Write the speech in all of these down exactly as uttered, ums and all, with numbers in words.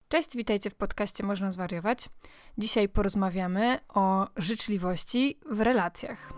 Cześć, witajcie w podcaście Można Zwariować. Dzisiaj porozmawiamy o życzliwości w relacjach.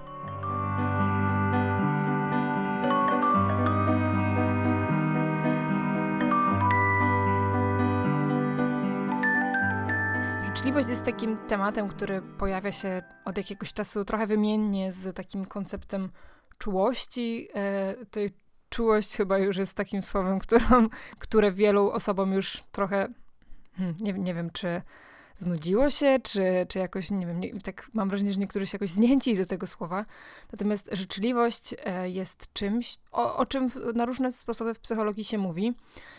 Życzliwość jest takim tematem, który pojawia się od jakiegoś czasu trochę wymiennie z takim konceptem czułości. E, tej czułość chyba już jest takim słowem, którą, które wielu osobom już trochę, hmm, nie, nie wiem, czy znudziło się, czy, czy jakoś, nie wiem, nie, tak mam wrażenie, że niektórzy się jakoś zniechęcili do tego słowa. Natomiast życzliwość e, jest czymś, o, o czym na różne sposoby w psychologii się mówi.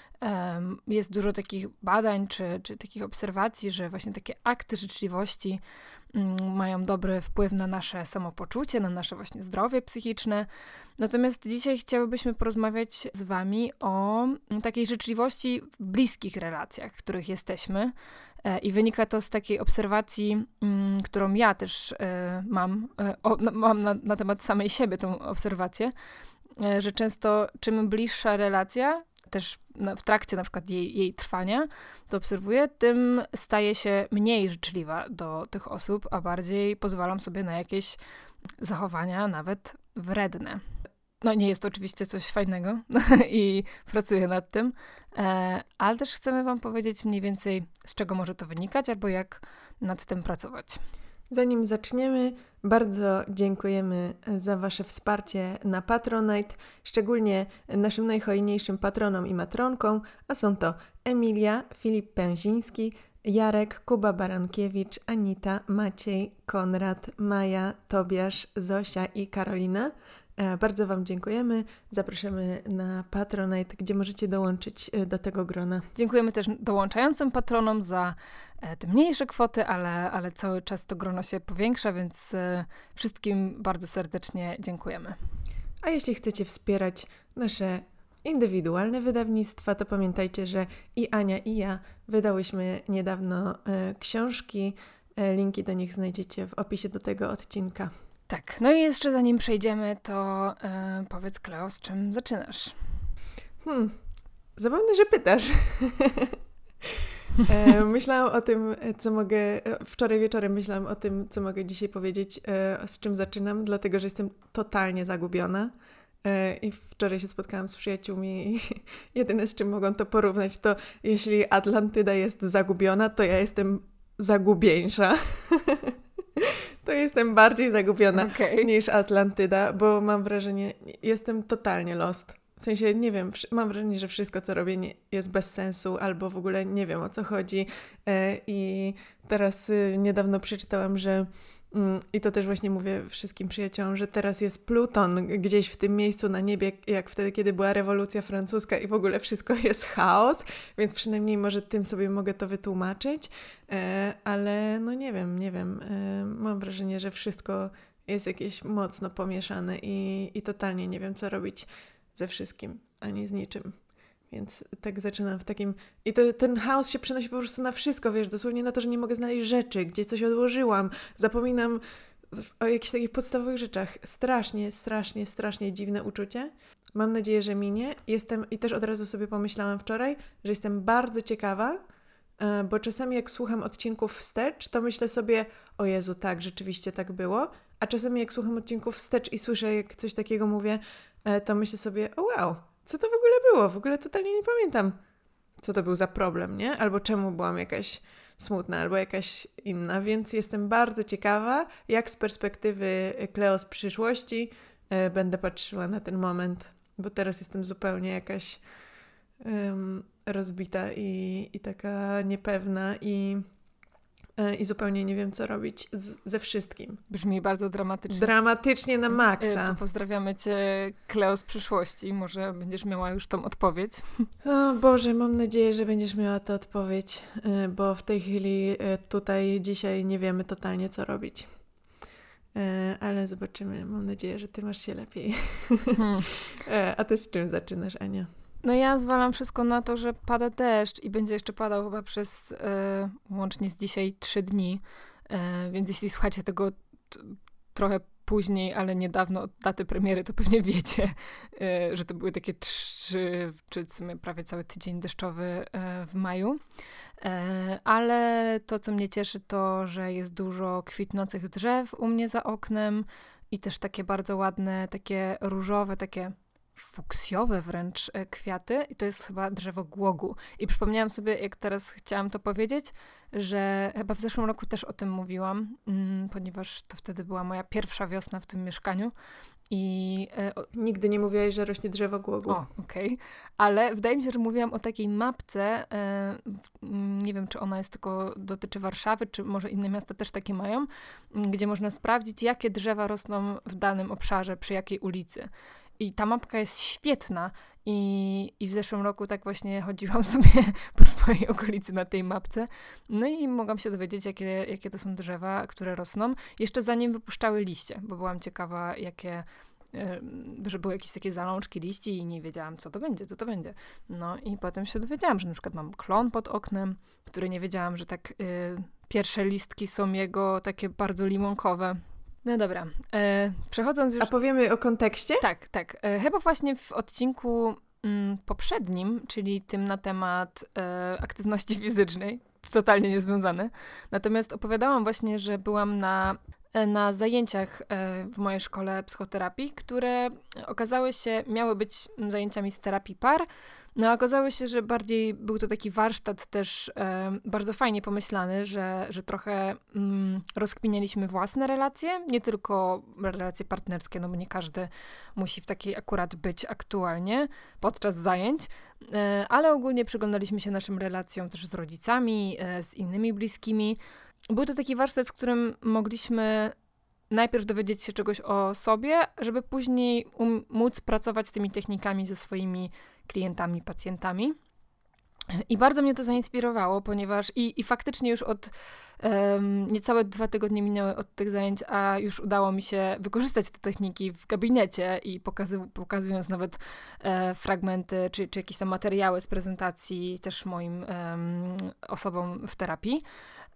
Jest dużo takich badań czy, czy takich obserwacji, że właśnie takie akty życzliwości mają dobry wpływ na nasze samopoczucie, na nasze właśnie zdrowie psychiczne. Natomiast dzisiaj chciałybyśmy porozmawiać z wami o takiej życzliwości w bliskich relacjach, w których jesteśmy. I wynika to z takiej obserwacji, którą ja też mam, mam na, na temat samej siebie tą obserwację, że często czym bliższa relacja, też w trakcie na przykład jej, jej trwania, to obserwuję, tym staje się mniej życzliwa do tych osób, a bardziej pozwalam sobie na jakieś zachowania nawet wredne. No nie jest to oczywiście coś fajnego i pracuję nad tym, ale też chcemy wam powiedzieć mniej więcej, z czego może to wynikać, albo jak nad tym pracować. Zanim zaczniemy, bardzo dziękujemy za Wasze wsparcie na Patronite, szczególnie naszym najhojniejszym patronom i matronkom, a są to Emilia, Filip Pęziński, Jarek, Kuba Barankiewicz, Anita, Maciej, Konrad, Maja, Tobiasz, Zosia i Karolina. Bardzo Wam dziękujemy. Zapraszamy na Patronite, gdzie możecie dołączyć do tego grona. Dziękujemy też dołączającym patronom za te mniejsze kwoty, ale, ale cały czas to grono się powiększa, więc wszystkim bardzo serdecznie dziękujemy. A jeśli chcecie wspierać nasze indywidualne wydawnictwa, to pamiętajcie, że i Ania, i ja wydałyśmy niedawno książki. Linki do nich znajdziecie w opisie do tego odcinka. Tak, no i jeszcze zanim przejdziemy, to yy, powiedz, Kleo, z czym zaczynasz? Hmm, zabawne, że pytasz. e, myślałam o tym, co mogę, wczoraj wieczorem myślałam o tym, co mogę dzisiaj powiedzieć, e, z czym zaczynam, dlatego, że jestem totalnie zagubiona. E, I wczoraj się spotkałam z przyjaciółmi i jedyne, z czym mogą to porównać, to jeśli Atlantyda jest zagubiona, to ja jestem zagubieńsza. To jestem bardziej zagubiona okay. niż Atlantyda, bo mam wrażenie, jestem totalnie lost. W sensie, nie wiem, mam wrażenie, że wszystko, co robię, nie, jest bez sensu, albo w ogóle nie wiem, o co chodzi. E, I teraz y, niedawno przeczytałam, że mm, i to też właśnie mówię wszystkim przyjaciołom, że teraz jest Pluton gdzieś w tym miejscu na niebie, jak wtedy, kiedy była rewolucja francuska i w ogóle wszystko jest chaos, więc przynajmniej może tym sobie mogę to wytłumaczyć, e, ale no nie wiem, nie wiem, e, mam wrażenie, że wszystko jest jakieś mocno pomieszane i, i totalnie nie wiem, co robić ze wszystkim, ani z niczym. Więc tak zaczynam w takim... I to, ten chaos się przenosi po prostu na wszystko, wiesz, dosłownie na to, że nie mogę znaleźć rzeczy, gdzie coś odłożyłam, zapominam o jakichś takich podstawowych rzeczach. Strasznie, strasznie, strasznie dziwne uczucie. Mam nadzieję, że minie. Jestem, i też od razu sobie pomyślałam wczoraj, że jestem bardzo ciekawa, bo czasami jak słucham odcinków wstecz, to myślę sobie, o Jezu, tak, rzeczywiście tak było, a czasami jak słucham odcinków wstecz i słyszę, jak coś takiego mówię, to myślę sobie, o wow, co to w ogóle było? W ogóle totalnie nie pamiętam, co to był za problem, nie? Albo czemu byłam jakaś smutna, albo jakaś inna, więc jestem bardzo ciekawa, jak z perspektywy Kleo z przyszłości e, będę patrzyła na ten moment, bo teraz jestem zupełnie jakaś um, rozbita i, i taka niepewna i I zupełnie nie wiem, co robić z, ze wszystkim. Brzmi bardzo dramatycznie. Dramatycznie na maksa. To pozdrawiamy Cię, Kleo z przyszłości. Może będziesz miała już tą odpowiedź. O Boże, mam nadzieję, że będziesz miała tę odpowiedź, bo w tej chwili tutaj dzisiaj nie wiemy totalnie, co robić. Ale zobaczymy. Mam nadzieję, że Ty masz się lepiej. Hmm. A Ty z czym zaczynasz, Ania? No ja zwalam wszystko na to, że pada deszcz i będzie jeszcze padał chyba przez e, łącznie z dzisiaj trzy dni, e, więc jeśli słuchacie tego t- trochę później, ale niedawno od daty premiery, to pewnie wiecie, e, że to były takie trzy, czy w sumie prawie cały tydzień deszczowy e, w maju. E, ale to, co mnie cieszy, to, że jest dużo kwitnących drzew u mnie za oknem i też takie bardzo ładne, takie różowe, takie fuksjowe wręcz kwiaty i to jest chyba drzewo głogu. I przypomniałam sobie, jak teraz chciałam to powiedzieć, że chyba w zeszłym roku też o tym mówiłam, mm, ponieważ to wtedy była moja pierwsza wiosna w tym mieszkaniu. I, e, o... Nigdy nie mówiłaś, że rośnie drzewo głogu. O, okej. Okay. Ale wydaje mi się, że mówiłam o takiej mapce, e, nie wiem, czy ona jest tylko, dotyczy Warszawy, czy może inne miasta też takie mają, gdzie można sprawdzić, jakie drzewa rosną w danym obszarze, przy jakiej ulicy. I ta mapka jest świetna i, i w zeszłym roku tak właśnie chodziłam sobie po swojej okolicy na tej mapce. No i mogłam się dowiedzieć, jakie, jakie to są drzewa, które rosną. Jeszcze zanim wypuszczały liście, bo byłam ciekawa, jakie, że były jakieś takie zalążki liści i nie wiedziałam, co to będzie, co to będzie. No i potem się dowiedziałam, że na przykład mam klon pod oknem, który nie wiedziałam, że tak y, pierwsze listki są jego takie bardzo limonkowe. No dobra, e, przechodząc już... A powiemy o kontekście? Tak, tak. E, chyba właśnie w odcinku mm, poprzednim, czyli tym na temat e, aktywności fizycznej, totalnie niezwiązane. Natomiast opowiadałam właśnie, że byłam na, na zajęciach e, w mojej szkole psychoterapii, które okazały się, miały być zajęciami z terapii par, no a okazało się, że bardziej był to taki warsztat też e, bardzo fajnie pomyślany, że, że trochę mm, rozkminialiśmy własne relacje, nie tylko relacje partnerskie, no bo nie każdy musi w takiej akurat być aktualnie podczas zajęć, e, ale ogólnie przyglądaliśmy się naszym relacjom też z rodzicami, e, z innymi bliskimi. Był to taki warsztat, w którym mogliśmy najpierw dowiedzieć się czegoś o sobie, żeby później um, móc pracować z tymi technikami ze swoimi klientami, pacjentami. I bardzo mnie to zainspirowało, ponieważ i, i faktycznie już od um, niecałe dwa tygodnie minęły od tych zajęć, a już udało mi się wykorzystać te techniki w gabinecie i pokazy, pokazując nawet e, fragmenty, czy, czy jakieś tam materiały z prezentacji też moim um, osobom w terapii.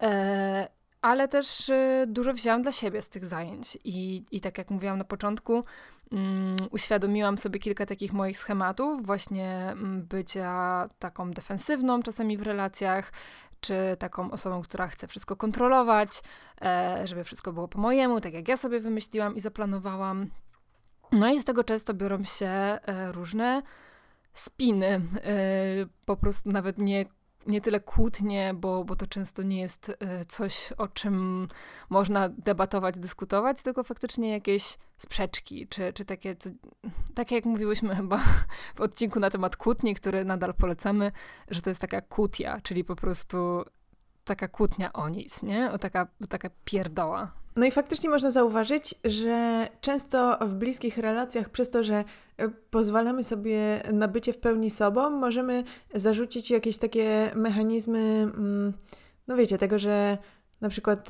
E, ale też y, dużo wzięłam dla siebie z tych zajęć i, i tak jak mówiłam na początku, um, uświadomiłam sobie kilka takich moich schematów, właśnie um, bycia taką defensywną czasami w relacjach, czy taką osobą, która chce wszystko kontrolować, e, żeby wszystko było po mojemu, tak jak ja sobie wymyśliłam i zaplanowałam. No i z tego często biorą się e, różne spiny, e, po prostu nawet nie Nie tyle kłótnie, bo, bo to często nie jest y, coś, o czym można debatować, dyskutować, tylko faktycznie jakieś sprzeczki, czy, czy takie, co, takie jak mówiłyśmy chyba w odcinku na temat kłótni, który nadal polecamy, że to jest taka kłótia, czyli po prostu taka kłótnia o nic, nie? O taka, o taka pierdoła. No i faktycznie można zauważyć, że często w bliskich relacjach przez to, że pozwalamy sobie na bycie w pełni sobą, możemy zarzucić jakieś takie mechanizmy, no wiecie, tego, że na przykład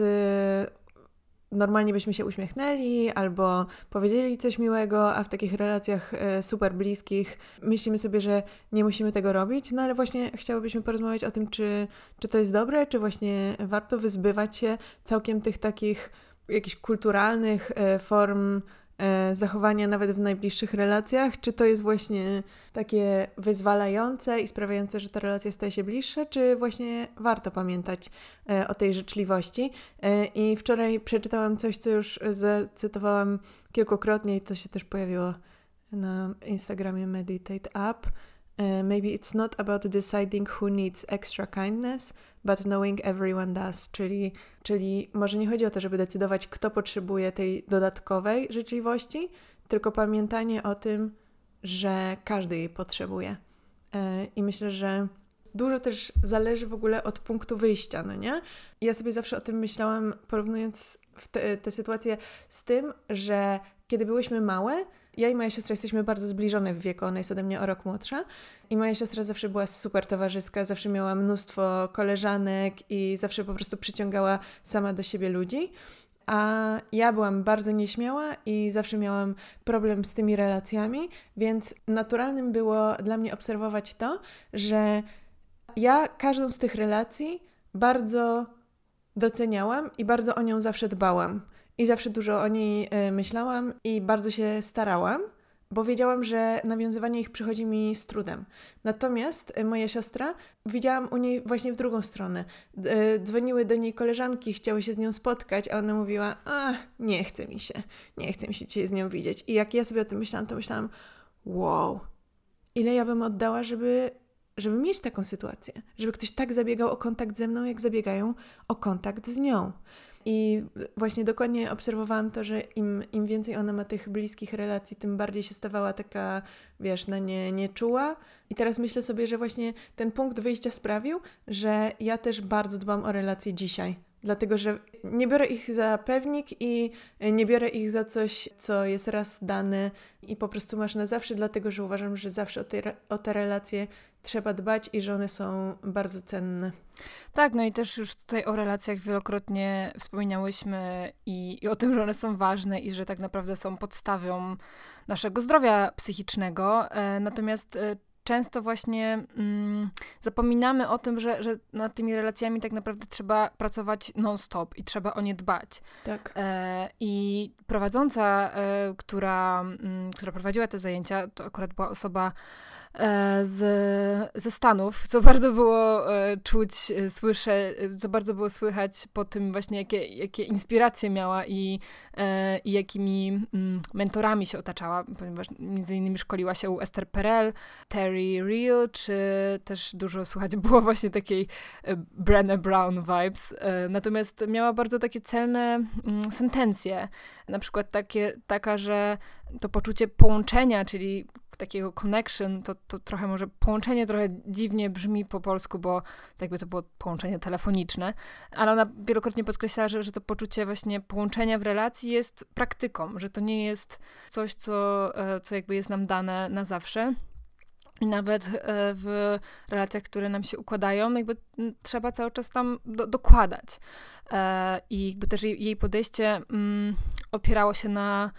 normalnie byśmy się uśmiechnęli albo powiedzieli coś miłego, a w takich relacjach super bliskich myślimy sobie, że nie musimy tego robić, no ale właśnie chciałybyśmy porozmawiać o tym, czy, czy to jest dobre, czy właśnie warto wyzbywać się całkiem tych takich jakichś kulturalnych e, form e, zachowania nawet w najbliższych relacjach, czy to jest właśnie takie wyzwalające i sprawiające, że ta relacja staje się bliższa, czy właśnie warto pamiętać e, o tej życzliwości. E, I wczoraj przeczytałam coś, co już zacytowałam kilkukrotnie i to się też pojawiło na Instagramie Meditate Up. Uh, maybe it's not about deciding who needs extra kindness, but knowing everyone does. Czyli, czyli może nie chodzi o to, żeby decydować, kto potrzebuje tej dodatkowej życzliwości, tylko pamiętanie o tym, że każdy jej potrzebuje. Uh, I myślę, że dużo też zależy w ogóle od punktu wyjścia, no nie? Ja sobie zawsze o tym myślałam, porównując te, te sytuacje z tym, że kiedy byłyśmy małe, ja i moja siostra jesteśmy bardzo zbliżone w wieku, ona jest ode mnie o rok młodsza i moja siostra zawsze była super towarzyska, zawsze miała mnóstwo koleżanek i zawsze po prostu przyciągała sama do siebie ludzi, a ja byłam bardzo nieśmiała i zawsze miałam problem z tymi relacjami, więc naturalnym było dla mnie obserwować to, że ja każdą z tych relacji bardzo doceniałam i bardzo o nią zawsze dbałam. i zawsze dużo o niej myślałam i bardzo się starałam, bo wiedziałam, że nawiązywanie ich przychodzi mi z trudem. Natomiast moja siostra, widziałam u niej właśnie w drugą stronę. Dzwoniły do niej koleżanki, chciały się z nią spotkać, a ona mówiła, a nie chce mi się, nie chce mi się dzisiaj z nią widzieć. I jak ja sobie o tym myślałam, to myślałam, wow, ile ja bym oddała, żeby, żeby mieć taką sytuację, żeby ktoś tak zabiegał o kontakt ze mną, jak zabiegają o kontakt z nią. I właśnie dokładnie obserwowałam to, że im, im więcej ona ma tych bliskich relacji, tym bardziej się stawała taka, wiesz, na nie nieczuła. I teraz myślę sobie, że właśnie ten punkt wyjścia sprawił, że ja też bardzo dbam o relacje dzisiaj. Dlatego, że nie biorę ich za pewnik i nie biorę ich za coś, co jest raz dane i po prostu masz na zawsze, dlatego, że uważam, że zawsze o te, o te relacje trzeba dbać i że one są bardzo cenne. Tak, no i też już tutaj o relacjach wielokrotnie wspominałyśmy i, i o tym, że one są ważne i że tak naprawdę są podstawą naszego zdrowia psychicznego. E, natomiast e, często właśnie mm, zapominamy o tym, że, że nad tymi relacjami tak naprawdę trzeba pracować non-stop i trzeba o nie dbać. Tak. E, I prowadząca, e, która, m, która prowadziła te zajęcia, to akurat była osoba z, ze Stanów, co bardzo było e, czuć, e, słyszę, co bardzo było słychać po tym właśnie, jakie, jakie inspiracje miała i, e, i jakimi mm, mentorami się otaczała, ponieważ między innymi szkoliła się u Esther Perel, Terry Real, czy też dużo słychać było właśnie takiej e, Brené Brown vibes. E, natomiast miała bardzo takie celne mm, sentencje, na przykład takie, taka, że to poczucie połączenia, czyli takiego connection, to, to trochę może połączenie trochę dziwnie brzmi po polsku, bo jakby to było połączenie telefoniczne, ale ona wielokrotnie podkreślała, że, że to poczucie właśnie połączenia w relacji jest praktyką, że to nie jest coś, co, co jakby jest nam dane na zawsze. I nawet w relacjach, które nam się układają, jakby trzeba cały czas tam do, dokładać. I jakby też jej, jej podejście mm, opierało się na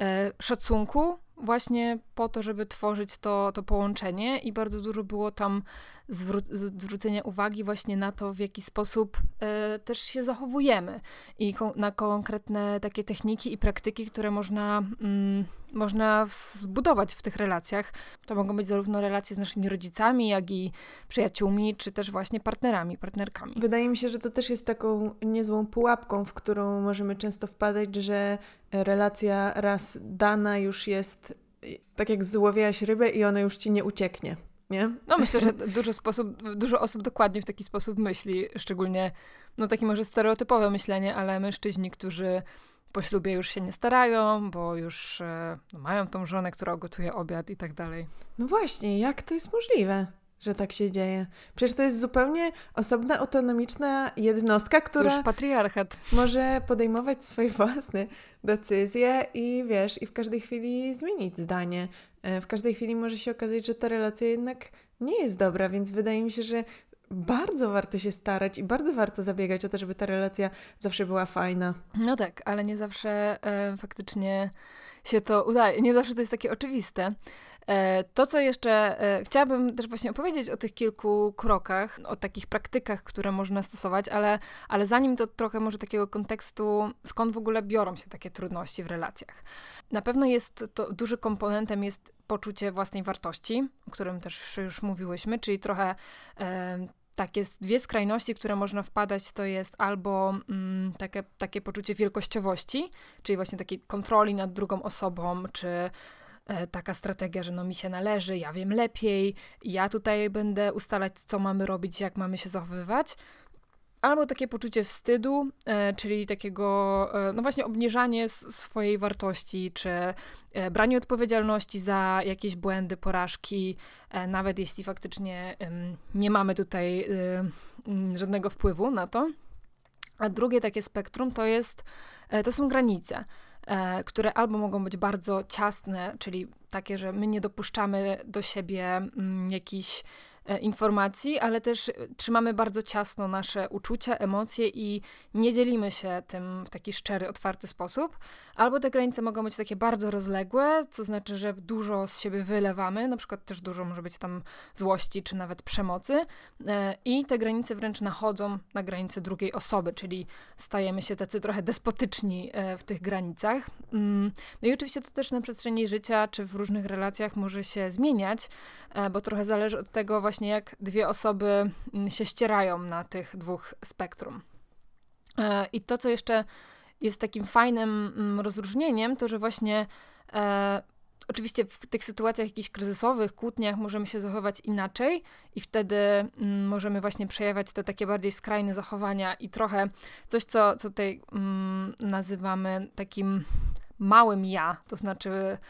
szacunku, właśnie po to, żeby tworzyć to, to połączenie i bardzo dużo było tam zwró- zwrócenia uwagi właśnie na to, w jaki sposób e, też się zachowujemy i kon- na konkretne takie techniki i praktyki, które można, mm, można zbudować w tych relacjach. To mogą być zarówno relacje z naszymi rodzicami, jak i przyjaciółmi, czy też właśnie partnerami, partnerkami. Wydaje mi się, że to też jest taką niezłą pułapką, w którą możemy często wpadać, że relacja raz dana już jest tak jak złowiłaś rybę i ona już ci nie ucieknie, nie? No myślę, że dużo, sposób, dużo osób dokładnie w taki sposób myśli, szczególnie no takie może stereotypowe myślenie, ale mężczyźni, którzy po ślubie już się nie starają, bo już no, mają tą żonę, która gotuje obiad i tak dalej. No właśnie, jak to jest możliwe, że tak się dzieje? Przecież to jest zupełnie osobna, autonomiczna jednostka, która Cóż, patriarchat. może podejmować swoje własne decyzje i wiesz, i w każdej chwili zmienić zdanie. W każdej chwili może się okazać, że ta relacja jednak nie jest dobra, więc wydaje mi się, że bardzo warto się starać i bardzo warto zabiegać o to, żeby ta relacja zawsze była fajna. No tak, ale nie zawsze e, faktycznie się to udaje. Nie zawsze to jest takie oczywiste. E, to, co jeszcze e, chciałabym też właśnie opowiedzieć o tych kilku krokach, o takich praktykach, które można stosować, ale, ale zanim to trochę może takiego kontekstu, skąd w ogóle biorą się takie trudności w relacjach. Na pewno jest to, duży komponentem jest poczucie własnej wartości, o którym też już mówiłyśmy, czyli trochę e, takie dwie skrajności, które można wpadać, to jest albo mm, takie, takie poczucie wielkościowości, czyli właśnie takiej kontroli nad drugą osobą, czy e, taka strategia, że no mi się należy, ja wiem lepiej, ja tutaj będę ustalać, co mamy robić, jak mamy się zachowywać. Albo takie poczucie wstydu, e, czyli takiego, e, no właśnie obniżanie s- swojej wartości, czy e, branie odpowiedzialności za jakieś błędy, porażki, e, nawet jeśli faktycznie em, nie mamy tutaj e, m, żadnego wpływu na to. A drugie takie spektrum to jest, e, to są granice, e, które albo mogą być bardzo ciasne, czyli takie, że my nie dopuszczamy do siebie m, jakichś informacji, ale też trzymamy bardzo ciasno nasze uczucia, emocje i nie dzielimy się tym w taki szczery, otwarty sposób. Albo te granice mogą być takie bardzo rozległe, co znaczy, że dużo z siebie wylewamy, na przykład też dużo może być tam złości, czy nawet przemocy i te granice wręcz nachodzą na granice drugiej osoby, czyli stajemy się tacy trochę despotyczni w tych granicach. No i oczywiście to też na przestrzeni życia, czy w różnych relacjach może się zmieniać, bo trochę zależy od tego właśnie, jak dwie osoby się ścierają na tych dwóch spektrum. I to, co jeszcze jest takim fajnym rozróżnieniem, to, że właśnie e, oczywiście w tych sytuacjach jakichś kryzysowych, kłótniach możemy się zachować inaczej i wtedy mm, możemy właśnie przejawiać te takie bardziej skrajne zachowania i trochę coś, co, co tutaj mm, nazywamy takim małym ja, to znaczy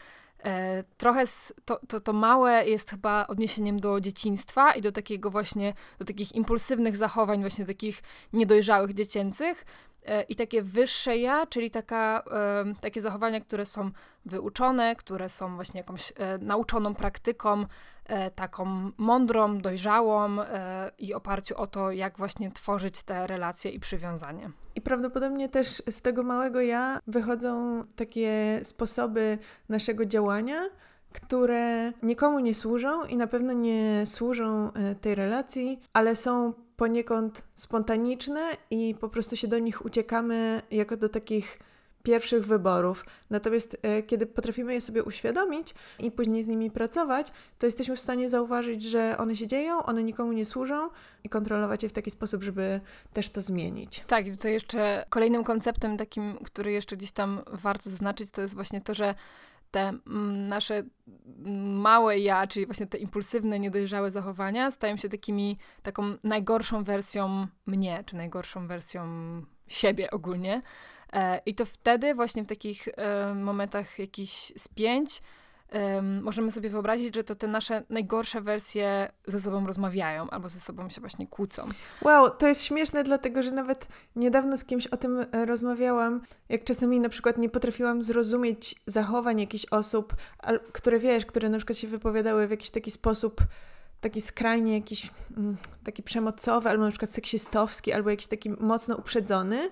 e, trochę z, to, to, to małe jest chyba odniesieniem do dzieciństwa i do takiego właśnie, do takich impulsywnych zachowań, właśnie takich niedojrzałych dziecięcych, i takie wyższe ja, czyli taka, e, takie zachowania, które są wyuczone, które są właśnie jakąś e, nauczoną praktyką, e, taką mądrą, dojrzałą e, i oparciu o to, jak właśnie tworzyć te relacje i przywiązanie. I prawdopodobnie też z tego małego ja wychodzą takie sposoby naszego działania, które nikomu nie służą i na pewno nie służą tej relacji, ale są poniekąd spontaniczne i po prostu się do nich uciekamy jako do takich pierwszych wyborów. Natomiast e, kiedy potrafimy je sobie uświadomić i później z nimi pracować, to jesteśmy w stanie zauważyć, że one się dzieją, one nikomu nie służą i kontrolować je w taki sposób, żeby też to zmienić. Tak, i tutaj jeszcze kolejnym konceptem takim, który jeszcze gdzieś tam warto zaznaczyć, to jest właśnie to, że te nasze małe ja, czyli właśnie te impulsywne, niedojrzałe zachowania stają się takimi, taką najgorszą wersją mnie, czy najgorszą wersją siebie ogólnie. I to wtedy właśnie w takich momentach jakichś spięć Um, możemy sobie wyobrazić, że to te nasze najgorsze wersje ze sobą rozmawiają albo ze sobą się właśnie kłócą. Wow, to jest śmieszne, dlatego że nawet niedawno z kimś o tym rozmawiałam, jak czasami na przykład nie potrafiłam zrozumieć zachowań jakichś osób, które wiesz, które na przykład się wypowiadały w jakiś taki sposób, taki skrajnie jakiś mm, taki przemocowy, albo na przykład seksistowski, albo jakiś taki mocno uprzedzony.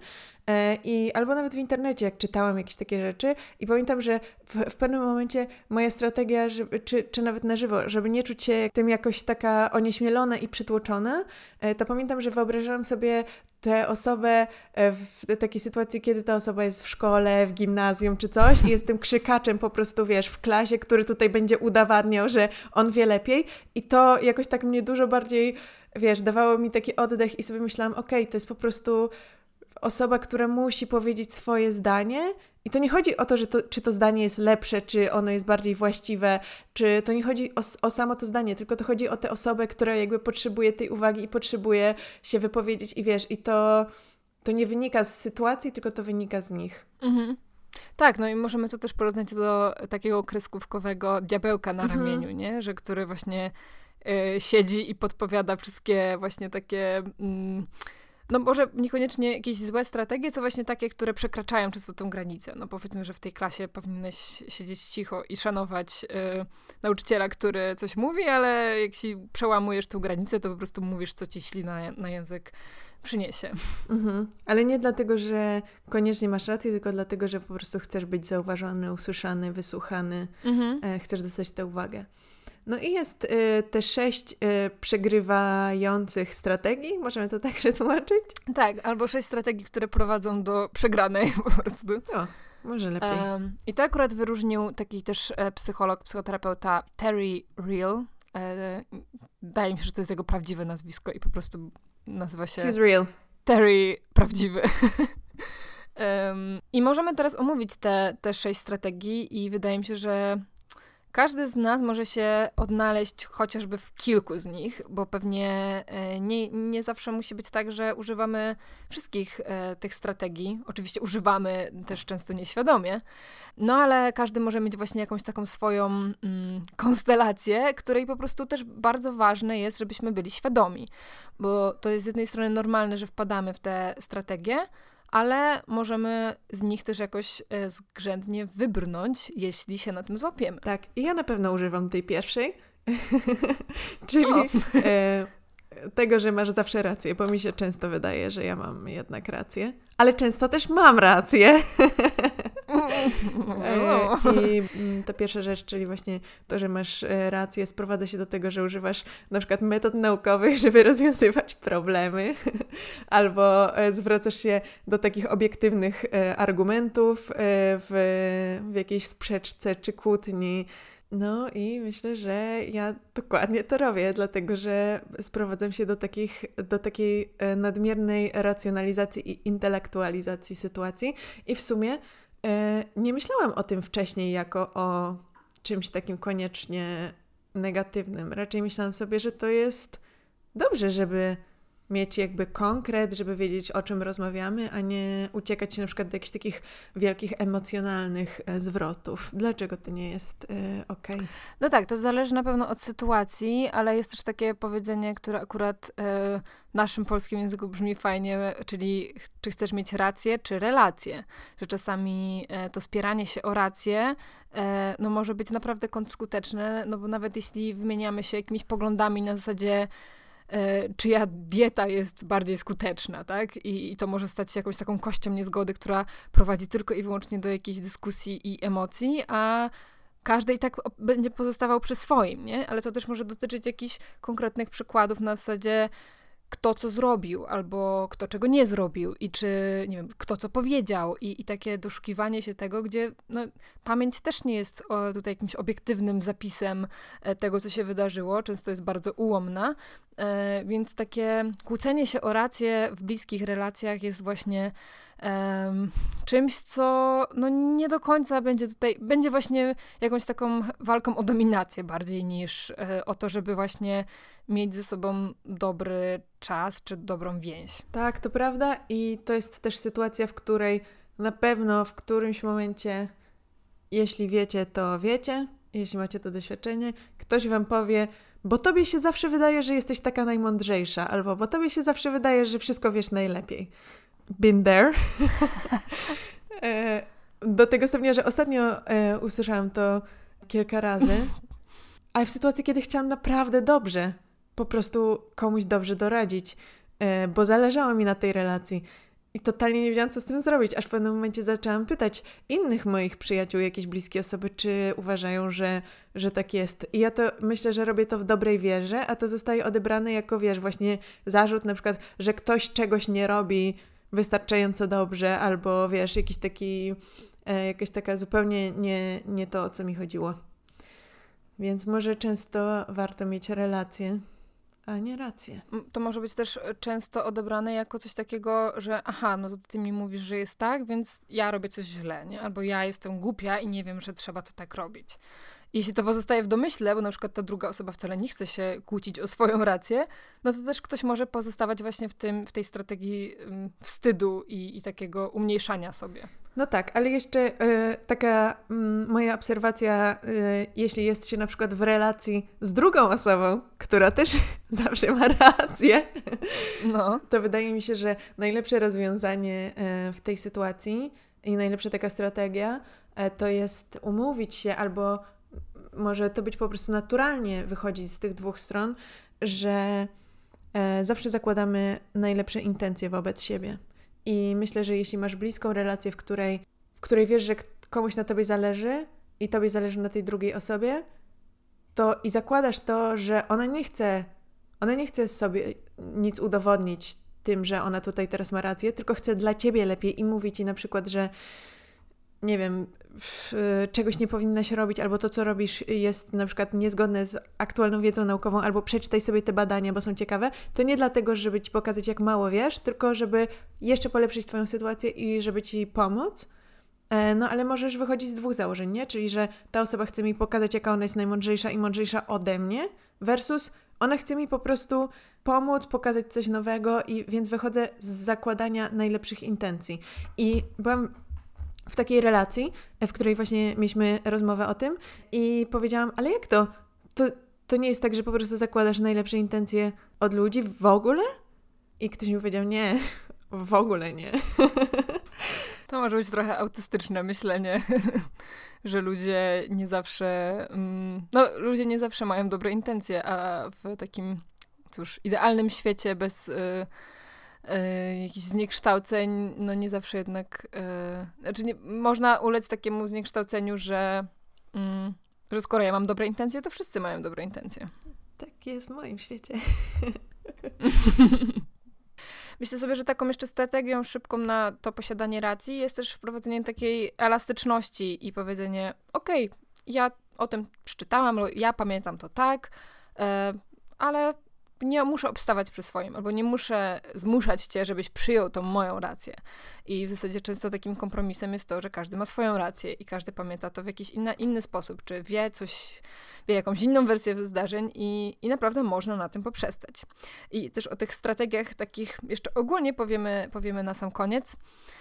I albo nawet w internecie, jak czytałam jakieś takie rzeczy i pamiętam, że w, w pewnym momencie moja strategia, żeby, czy, czy nawet na żywo, żeby nie czuć się tym jakoś taka onieśmielona i przytłoczona, to pamiętam, że wyobrażałam sobie tę osobę w takiej sytuacji, kiedy ta osoba jest w szkole, w gimnazjum czy coś i jest tym krzykaczem po prostu, wiesz, w klasie, który tutaj będzie udowadniał, że on wie lepiej i to jakoś tak mnie dużo bardziej, wiesz, dawało mi taki oddech i sobie myślałam, okej, okay, to jest po prostu osoba, która musi powiedzieć swoje zdanie i to nie chodzi o to, że to, czy to zdanie jest lepsze, czy ono jest bardziej właściwe, czy to nie chodzi o, o samo to zdanie, tylko to chodzi o tę osobę, która jakby potrzebuje tej uwagi i potrzebuje się wypowiedzieć i wiesz, i to, to nie wynika z sytuacji, tylko to wynika z nich. Mhm. Tak, no i możemy to też porównać do takiego kreskówkowego diabełka na mhm. ramieniu, nie? Że który właśnie y, siedzi i podpowiada wszystkie właśnie takie... Mm, no może niekoniecznie jakieś złe strategie, co właśnie takie, które przekraczają często tą granicę. No powiedzmy, że w tej klasie powinieneś siedzieć cicho i szanować y, nauczyciela, który coś mówi, ale jak się przełamujesz tą granicę, to po prostu mówisz, co ci ślina na język przyniesie. Mhm. Ale nie dlatego, że koniecznie masz rację, tylko dlatego, że po prostu chcesz być zauważony, usłyszany, wysłuchany, mhm. e, chcesz dostać tę uwagę. No i jest y, te sześć y, przegrywających strategii, możemy to tak przetłumaczyć? Tak, albo sześć strategii, które prowadzą do przegranej po prostu. O, może lepiej. Um, I to akurat wyróżnił taki też e, psycholog, psychoterapeuta Terry Real. E, wydaje mi się, że to jest jego prawdziwe nazwisko i po prostu nazywa się... He's real. Terry prawdziwy. um, I możemy teraz omówić te, te sześć strategii i wydaje mi się, że każdy z nas może się odnaleźć chociażby w kilku z nich, bo pewnie nie, nie zawsze musi być tak, że używamy wszystkich e, tych strategii. Oczywiście używamy też często nieświadomie, no ale każdy może mieć właśnie jakąś taką swoją mm, konstelację, której po prostu też bardzo ważne jest, żebyśmy byli świadomi, bo to jest z jednej strony normalne, że wpadamy w te strategie, ale możemy z nich też jakoś e, zgrzędnie wybrnąć, jeśli się na tym złapiemy. Tak, i ja na pewno używam tej pierwszej, Czyli e, tego, że masz zawsze rację, bo mi się często wydaje, że ja mam jednak rację, ale często też mam rację. I ta pierwsza rzecz, czyli właśnie to, że masz rację, sprowadza się do tego, że używasz na przykład metod naukowych, żeby rozwiązywać problemy, albo zwracasz się do takich obiektywnych argumentów w, w jakiejś sprzeczce czy kłótni. No i myślę, że ja dokładnie to robię, dlatego że sprowadzam się do, takich, do takiej nadmiernej racjonalizacji i intelektualizacji sytuacji i w sumie e, nie myślałam o tym wcześniej jako o czymś takim koniecznie negatywnym. Raczej myślałam sobie, że to jest dobrze, żeby mieć jakby konkret, żeby wiedzieć, o czym rozmawiamy, a nie uciekać się na przykład do jakichś takich wielkich emocjonalnych e, zwrotów. Dlaczego to nie jest e, okej? Okay? No tak, to zależy na pewno od sytuacji, ale jest też takie powiedzenie, które akurat e, w naszym polskim języku brzmi fajnie, czyli czy chcesz mieć rację, czy relację. Że czasami e, to spieranie się o rację e, no może być naprawdę skuteczne, no bo nawet jeśli wymieniamy się jakimiś poglądami na zasadzie czyja dieta jest bardziej skuteczna, tak? I, I to może stać się jakąś taką kością niezgody, która prowadzi tylko i wyłącznie do jakiejś dyskusji i emocji, a każdy i tak będzie pozostawał przy swoim, nie? Ale to też może dotyczyć jakichś konkretnych przykładów na zasadzie kto co zrobił, albo kto czego nie zrobił i czy, nie wiem, kto co powiedział i, i takie doszukiwanie się tego, gdzie no, pamięć też nie jest o, tutaj jakimś obiektywnym zapisem e, tego, co się wydarzyło, często jest bardzo ułomna, e, więc takie kłócenie się o rację w bliskich relacjach jest właśnie e, czymś, co no, nie do końca będzie tutaj, będzie właśnie jakąś taką walką o dominację bardziej niż e, o to, żeby właśnie mieć ze sobą dobry czas czy dobrą więź. Tak, to prawda i to jest też sytuacja, w której na pewno w którymś momencie, jeśli wiecie, to wiecie, jeśli macie to doświadczenie, ktoś wam powie, bo tobie się zawsze wydaje, że jesteś taka najmądrzejsza, albo bo tobie się zawsze wydaje, że wszystko wiesz najlepiej. Been there. Do tego stopnia, że ostatnio e, usłyszałam to kilka razy, ale w sytuacji, kiedy chciałam naprawdę dobrze po prostu komuś dobrze doradzić, e, bo zależało mi na tej relacji i totalnie nie wiedziałam, co z tym zrobić, aż w pewnym momencie zaczęłam pytać innych moich przyjaciół, jakieś bliskie osoby, czy uważają, że, że tak jest. I ja to myślę, że robię to w dobrej wierze, a to zostaje odebrane jako, wiesz, właśnie zarzut na przykład, że ktoś czegoś nie robi wystarczająco dobrze, albo wiesz, jakiś taki, e, jakaś taka zupełnie nie, nie to, o co mi chodziło. Więc może często warto mieć relacje, a nie rację. To może być też często odebrane jako coś takiego, że aha, no to ty mi mówisz, że jest tak, więc ja robię coś źle, nie? Albo ja jestem głupia i nie wiem, że trzeba to tak robić. Jeśli to pozostaje w domyśle, bo na przykład ta druga osoba wcale nie chce się kłócić o swoją rację, no to też ktoś może pozostawać właśnie w tym, w tej strategii um, wstydu i, i takiego umniejszania sobie. No tak, ale jeszcze y, taka y, moja obserwacja, y, jeśli jest się na przykład w relacji z drugą osobą, która też zawsze ma rację, no. To wydaje mi się, że najlepsze rozwiązanie y, w tej sytuacji i najlepsza taka strategia y, to jest umówić się albo może to być po prostu naturalnie wychodzić z tych dwóch stron, że y, zawsze zakładamy najlepsze intencje wobec siebie. I myślę, że jeśli masz bliską relację, w której, w której wiesz, że komuś na tobie zależy i tobie zależy na tej drugiej osobie, to i zakładasz to, że ona nie chce, ona nie chce sobie nic udowodnić tym, że ona tutaj teraz ma rację, tylko chce dla ciebie lepiej i mówi ci na przykład, że nie wiem, czegoś nie powinnaś robić, albo to, co robisz jest na przykład niezgodne z aktualną wiedzą naukową, albo przeczytaj sobie te badania, bo są ciekawe, to nie dlatego, żeby ci pokazać, jak mało wiesz, tylko żeby jeszcze polepszyć twoją sytuację i żeby ci pomóc. No ale możesz wychodzić z dwóch założeń, nie? Czyli, że ta osoba chce mi pokazać, jaka ona jest najmądrzejsza i mądrzejsza ode mnie, versus ona chce mi po prostu pomóc, pokazać coś nowego i więc wychodzę z zakładania najlepszych intencji. I byłam w takiej relacji, w której właśnie mieliśmy rozmowę o tym i powiedziałam, ale jak to? To, to nie jest tak, że po prostu zakładasz najlepsze intencje od ludzi w ogóle? I ktoś mi powiedział, nie, w ogóle nie. To może być trochę autystyczne myślenie, że ludzie nie zawsze, no ludzie nie zawsze mają dobre intencje, a w takim, cóż, idealnym świecie bez y, y, jakichś zniekształceń, no nie zawsze jednak, y, znaczy nie, można ulec takiemu zniekształceniu, że, y, że skoro ja mam dobre intencje, to wszyscy mają dobre intencje. Tak jest w moim świecie. Myślę sobie, że taką jeszcze strategią szybką na to posiadanie racji jest też wprowadzenie takiej elastyczności i powiedzenie, okej, okay, ja o tym przeczytałam, ja pamiętam to tak, e, ale nie muszę obstawać przy swoim, albo nie muszę zmuszać cię, żebyś przyjął tą moją rację. I w zasadzie często takim kompromisem jest to, że każdy ma swoją rację i każdy pamięta to w jakiś inna, inny sposób, czy wie coś, wie jakąś inną wersję zdarzeń i, i naprawdę można na tym poprzestać. I też o tych strategiach takich jeszcze ogólnie powiemy, powiemy na sam koniec.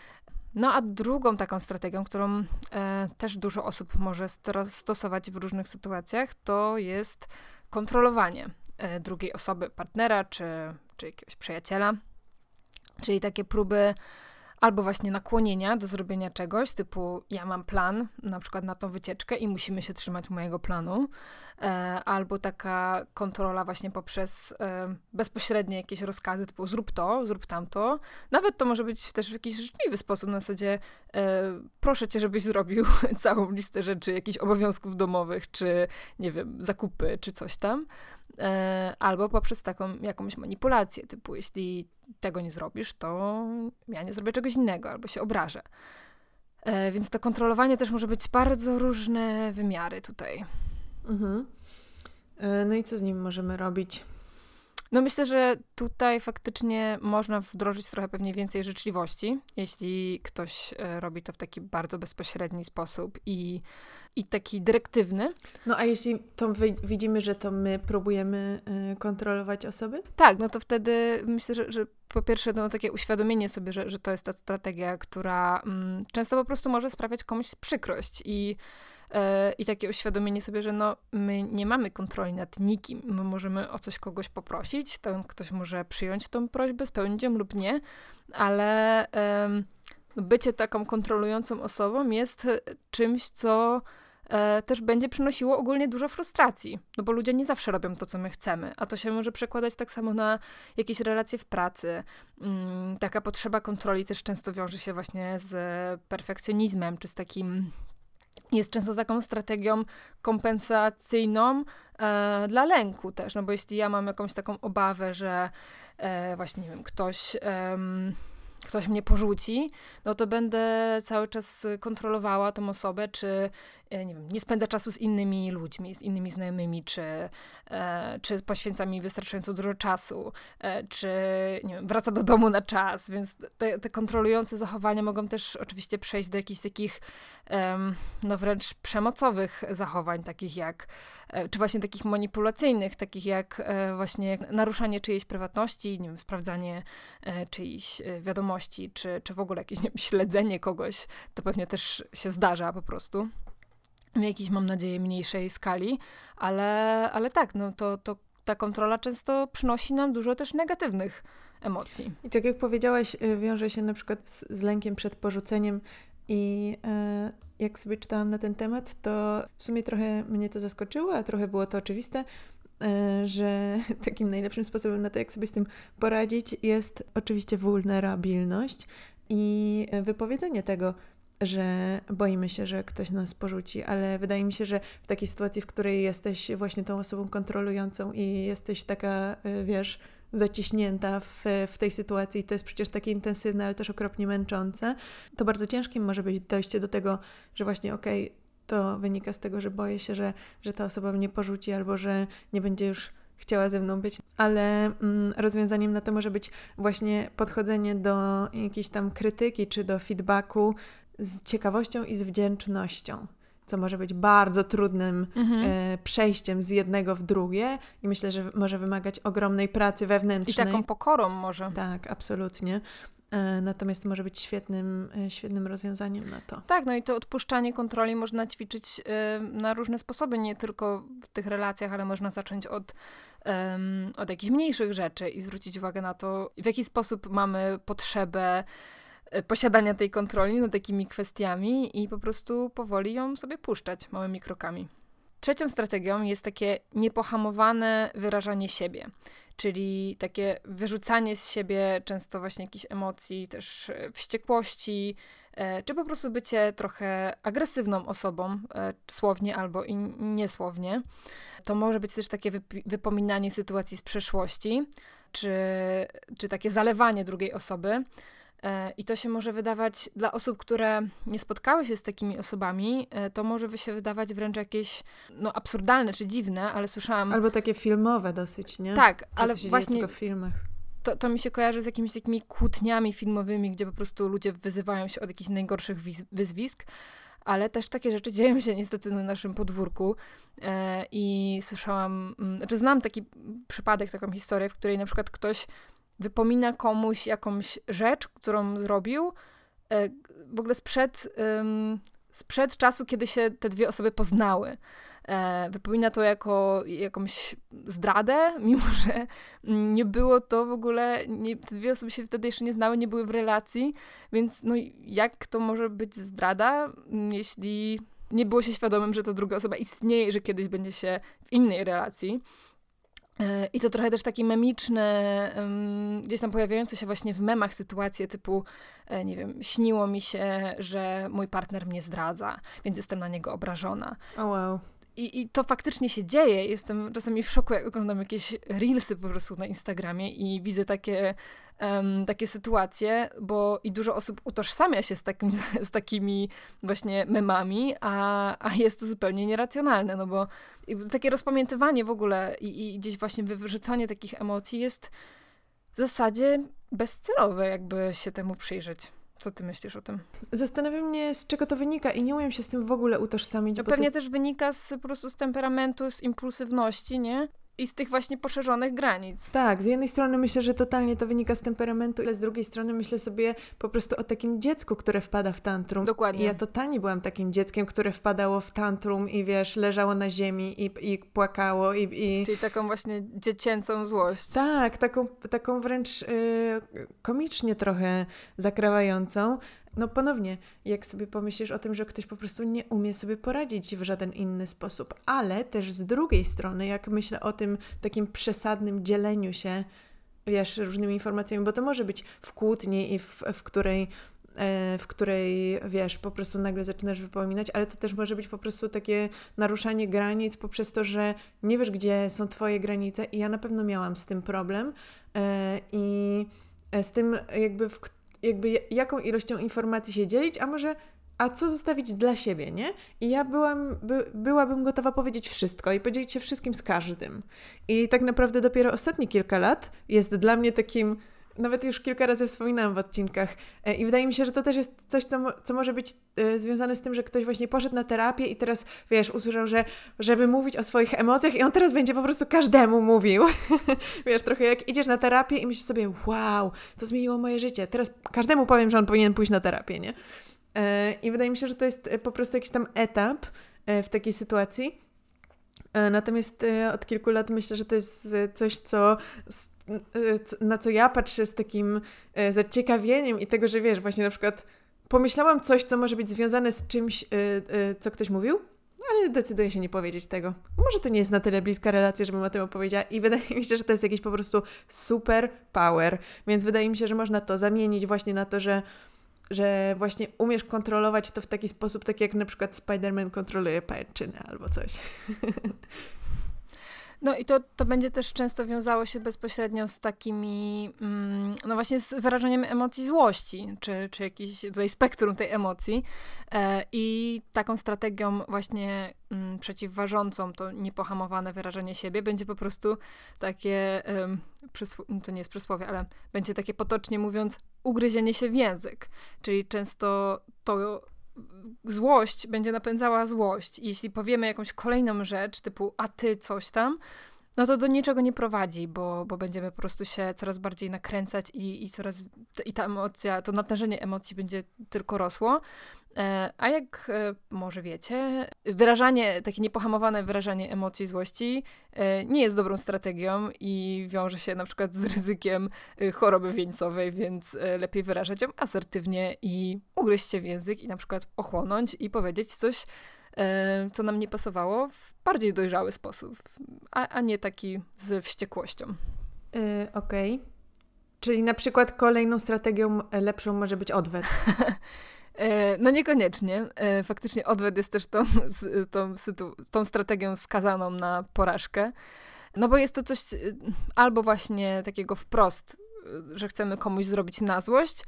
No a drugą taką strategią, którą e, też dużo osób może stosować w różnych sytuacjach, to jest kontrolowanie e, drugiej osoby, partnera czy, czy jakiegoś przyjaciela. Czyli takie próby albo właśnie nakłonienia do zrobienia czegoś, typu ja mam plan, na przykład na tą wycieczkę i musimy się trzymać mojego planu, e, albo taka kontrola właśnie poprzez e, bezpośrednie jakieś rozkazy, typu zrób to, zrób tamto. Nawet to może być też w jakiś życzliwy sposób, na zasadzie e, proszę cię, żebyś zrobił całą listę rzeczy, jakichś obowiązków domowych, czy nie wiem, zakupy, czy coś tam. E, albo poprzez taką jakąś manipulację, typu jeśli tego nie zrobisz, to ja nie zrobię czegoś innego, albo się obrażę. E, więc to kontrolowanie też może być bardzo różne wymiary tutaj. Mhm. E, no i co z nim możemy robić? No myślę, że tutaj faktycznie można wdrożyć trochę pewnie więcej życzliwości, jeśli ktoś robi to w taki bardzo bezpośredni sposób i, i taki dyrektywny. No a jeśli to wy, widzimy, że to my próbujemy y, kontrolować osoby? Tak, no to wtedy myślę, że, że po pierwsze no, takie uświadomienie sobie, że, że to jest ta strategia, która mm, często po prostu może sprawiać komuś przykrość i I takie uświadomienie sobie, że no, my nie mamy kontroli nad nikim. My możemy o coś kogoś poprosić, ten ktoś może przyjąć tą prośbę, spełnić ją lub nie, ale um, bycie taką kontrolującą osobą jest czymś, co e, też będzie przynosiło ogólnie dużo frustracji, no bo ludzie nie zawsze robią to, co my chcemy, a to się może przekładać tak samo na jakieś relacje w pracy. Um, taka potrzeba kontroli też często wiąże się właśnie z perfekcjonizmem, czy z takim jest często taką strategią kompensacyjną e, dla lęku też, no bo jeśli ja mam jakąś taką obawę, że e, właśnie, nie wiem, ktoś, e, ktoś mnie porzuci, no to będę cały czas kontrolowała tą osobę, czy e, nie wiem, nie spędza czasu z innymi ludźmi, z innymi znajomymi, czy, e, czy poświęca mi wystarczająco dużo czasu, e, czy nie wiem, wraca do domu na czas, więc te, te kontrolujące zachowania mogą też oczywiście przejść do jakichś takich um, no wręcz przemocowych zachowań, takich jak, e, czy właśnie takich manipulacyjnych, takich jak e, właśnie naruszanie czyjejś prywatności, nie wiem, sprawdzanie e, czyichś e, wiadomości, czy, czy w ogóle jakieś, nie wiem, śledzenie kogoś, to pewnie też się zdarza po prostu. W jakiejś, mam nadzieję, mniejszej skali, ale, ale tak, no to, to ta kontrola często przynosi nam dużo też negatywnych emocji. I tak jak powiedziałaś, wiąże się na przykład z, z lękiem przed porzuceniem i e, jak sobie czytałam na ten temat, to w sumie trochę mnie to zaskoczyło, a trochę było to oczywiste, e, że takim najlepszym sposobem na to, jak sobie z tym poradzić, jest oczywiście wulnerabilność i wypowiedzenie tego, że boimy się, że ktoś nas porzuci, ale wydaje mi się, że w takiej sytuacji, w której jesteś właśnie tą osobą kontrolującą i jesteś taka, wiesz, zaciśnięta w, w tej sytuacji, to jest przecież takie intensywne, ale też okropnie męczące, to bardzo ciężkim może być dojście do tego, że właśnie okej, okay, to wynika z tego, że boję się, że, że ta osoba mnie porzuci albo że nie będzie już chciała ze mną być, ale mm, rozwiązaniem na to może być właśnie podchodzenie do jakiejś tam krytyki czy do feedbacku z ciekawością i z wdzięcznością, co może być bardzo trudnym mhm. e, przejściem z jednego w drugie i myślę, że może wymagać ogromnej pracy wewnętrznej. I taką pokorą może. Tak, absolutnie. E, natomiast może być świetnym, e, świetnym rozwiązaniem na to. Tak, no i to odpuszczanie kontroli można ćwiczyć e, na różne sposoby, nie tylko w tych relacjach, ale można zacząć od, um, od jakichś mniejszych rzeczy i zwrócić uwagę na to, w jaki sposób mamy potrzebę posiadania tej kontroli nad takimi kwestiami i po prostu powoli ją sobie puszczać małymi krokami. Trzecią strategią jest takie niepohamowane wyrażanie siebie, czyli takie wyrzucanie z siebie często właśnie jakichś emocji, też wściekłości, czy po prostu bycie trochę agresywną osobą, słownie albo i niesłownie. To może być też takie wyp- wypominanie sytuacji z przeszłości, czy, czy takie zalewanie drugiej osoby. I to się może wydawać dla osób, które nie spotkały się z takimi osobami, to może się wydawać wręcz jakieś no, absurdalne czy dziwne, ale słyszałam... Albo takie filmowe dosyć, nie? Tak, że ale to się właśnie... dzieje tylko w filmach. To, to mi się kojarzy z jakimiś takimi kłótniami filmowymi, gdzie po prostu ludzie wyzywają się od jakichś najgorszych wiz- wyzwisk, ale też takie rzeczy dzieją się niestety na naszym podwórku e, i słyszałam, m, znaczy znam taki przypadek, taką historię, w której na przykład ktoś wypomina komuś jakąś rzecz, którą zrobił, e, w ogóle sprzed, ym, sprzed czasu, kiedy się te dwie osoby poznały. E, wypomina to jako jakąś zdradę, mimo że nie było to w ogóle, nie, te dwie osoby się wtedy jeszcze nie znały, nie były w relacji, więc no jak to może być zdrada, jeśli nie było się świadomym, że ta druga osoba istnieje, że kiedyś będzie się w innej relacji. I to trochę też takie memiczne, um, gdzieś tam pojawiające się właśnie w memach sytuacje typu, e, nie wiem, śniło mi się, że mój partner mnie zdradza, więc jestem na niego obrażona. O oh, wow. I, I to faktycznie się dzieje. Jestem czasami w szoku, jak oglądam jakieś reelsy po prostu na Instagramie i widzę takie, um, takie sytuacje, bo i dużo osób utożsamia się z, takim, z takimi właśnie memami, a, a jest to zupełnie nieracjonalne, no bo takie rozpamiętywanie w ogóle i, i gdzieś właśnie wyrzucanie takich emocji jest w zasadzie bezcelowe, jakby się temu przyjrzeć. Co ty myślisz o tym? Zastanawiam mnie, z czego to wynika i nie umiem się z tym w ogóle utożsamić. To bo pewnie to jest... też wynika z, po prostu z temperamentu, z impulsywności, nie? I z tych właśnie poszerzonych granic. Tak, z jednej strony myślę, że totalnie to wynika z temperamentu, ale z drugiej strony myślę sobie po prostu o takim dziecku, które wpada w tantrum. Dokładnie. I ja totalnie byłam takim dzieckiem, które wpadało w tantrum i wiesz, leżało na ziemi i, i płakało. I, i... Czyli taką właśnie dziecięcą złość. Tak, taką, taką wręcz yy, komicznie trochę zakrawającą. No ponownie, jak sobie pomyślisz o tym, że ktoś po prostu nie umie sobie poradzić w żaden inny sposób, ale też z drugiej strony, jak myślę o tym takim przesadnym dzieleniu się, wiesz, różnymi informacjami, bo to może być w kłótni i w, w której w której, wiesz, po prostu nagle zaczynasz wypominać, ale to też może być po prostu takie naruszanie granic poprzez to, że nie wiesz, gdzie są twoje granice i ja na pewno miałam z tym problem i z tym jakby w jakby jaką ilością informacji się dzielić, a może a co zostawić dla siebie, nie? I ja byłam, by, byłabym gotowa powiedzieć wszystko i podzielić się wszystkim z każdym. I tak naprawdę dopiero ostatnie kilka lat jest dla mnie takim, nawet już kilka razy wspominałam w odcinkach i wydaje mi się, że to też jest coś, co, mo- co może być y, związane z tym, że ktoś właśnie poszedł na terapię i teraz, wiesz, usłyszał, że żeby mówić o swoich emocjach i on teraz będzie po prostu każdemu mówił. Wiesz, trochę jak idziesz na terapię i myślisz sobie, wow, to zmieniło moje życie. Teraz każdemu powiem, że on powinien pójść na terapię, nie? Y, I wydaje mi się, że to jest po prostu jakiś tam etap y, w takiej sytuacji. Natomiast od kilku lat myślę, że to jest coś, co, na co ja patrzę z takim zaciekawieniem i tego, że wiesz, właśnie na przykład pomyślałam coś, co może być związane z czymś, co ktoś mówił, ale decyduję się nie powiedzieć tego. Może to nie jest na tyle bliska relacja, żebym o tym opowiedziała i wydaje mi się, że to jest jakiś po prostu super power, więc wydaje mi się, że można to zamienić właśnie na to, że że właśnie umiesz kontrolować to w taki sposób, tak jak na przykład Spider-Man kontroluje pajęczynę albo coś. No i to, to będzie też często wiązało się bezpośrednio z takimi, mm, no właśnie z wyrażeniem emocji złości, czy, czy jakiś tutaj spektrum tej emocji e, i taką strategią właśnie mm, przeciwważącą to niepohamowane wyrażenie siebie będzie po prostu takie, um, przysł- to nie jest przysłowie, ale będzie takie potocznie mówiąc ugryzienie się w język, czyli często to złość będzie napędzała złość i jeśli powiemy jakąś kolejną rzecz typu a ty coś tam, no to do niczego nie prowadzi, bo, bo będziemy po prostu się coraz bardziej nakręcać i, i coraz i ta emocja, to natężenie emocji będzie tylko rosło. A jak może wiecie, wyrażanie, takie niepohamowane wyrażanie emocji złości nie jest dobrą strategią i wiąże się na przykład z ryzykiem choroby wieńcowej, więc lepiej wyrażać ją asertywnie i ugryźć się w język i na przykład ochłonąć i powiedzieć coś, co nam nie pasowało w bardziej dojrzały sposób, a, a nie taki z wściekłością. Yy, Okej. Okay. Czyli na przykład kolejną strategią lepszą może być odwet. No niekoniecznie. Faktycznie odwet jest też tą, tą, tą strategią skazaną na porażkę. No bo jest to coś albo właśnie takiego wprost, że chcemy komuś zrobić na złość,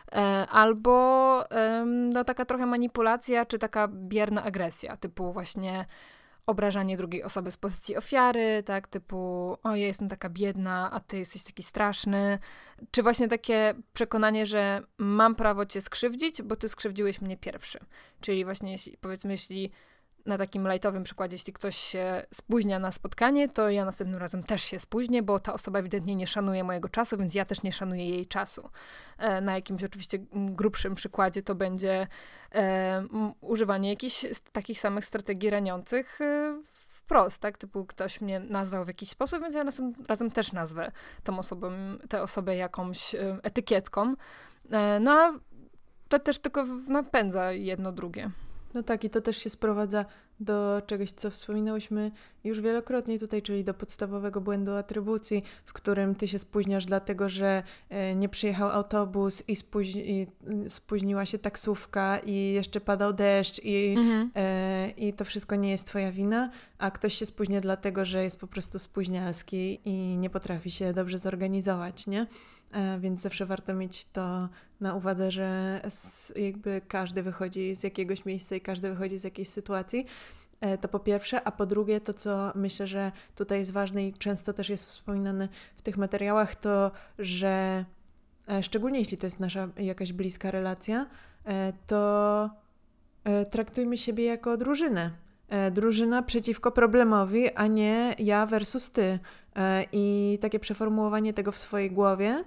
albo no, taka trochę manipulacja, czy taka bierna agresja, typu właśnie obrażanie drugiej osoby z pozycji ofiary, tak, typu o, ja jestem taka biedna, a ty jesteś taki straszny, czy właśnie takie przekonanie, że mam prawo cię skrzywdzić, bo ty skrzywdziłeś mnie pierwszy. Czyli właśnie, jeśli, powiedzmy, jeśli na takim lajtowym przykładzie, jeśli ktoś się spóźnia na spotkanie, to ja następnym razem też się spóźnię, bo ta osoba ewidentnie nie szanuje mojego czasu, więc ja też nie szanuję jej czasu. Na jakimś oczywiście grubszym przykładzie to będzie e, używanie jakichś takich samych strategii raniących e, wprost, tak? Typu ktoś mnie nazwał w jakiś sposób, więc ja następnym razem też nazwę tą osobą, tę osobę jakąś e, etykietką. E, no a to też tylko napędza jedno drugie. No tak, i to też się sprowadza do czegoś, co wspominałyśmy już wielokrotnie tutaj, czyli do podstawowego błędu atrybucji, w którym ty się spóźniasz dlatego, że nie przyjechał autobus i, spóźni- i spóźniła się taksówka i jeszcze padał deszcz i, mhm. e, i to wszystko nie jest twoja wina, a ktoś się spóźnia dlatego, że jest po prostu spóźnialski i nie potrafi się dobrze zorganizować, nie? E, więc zawsze warto mieć to na uwadze, że z, jakby każdy wychodzi z jakiegoś miejsca i każdy wychodzi z jakiejś sytuacji. E, to po pierwsze, a po drugie to, co myślę, że tutaj jest ważne i często też jest wspominane w tych materiałach, to, że e, szczególnie jeśli to jest nasza jakaś bliska relacja, e, to e, traktujmy siebie jako drużynę. E, drużyna przeciwko problemowi, a nie ja versus ty. E, I takie przeformułowanie tego w swojej głowie,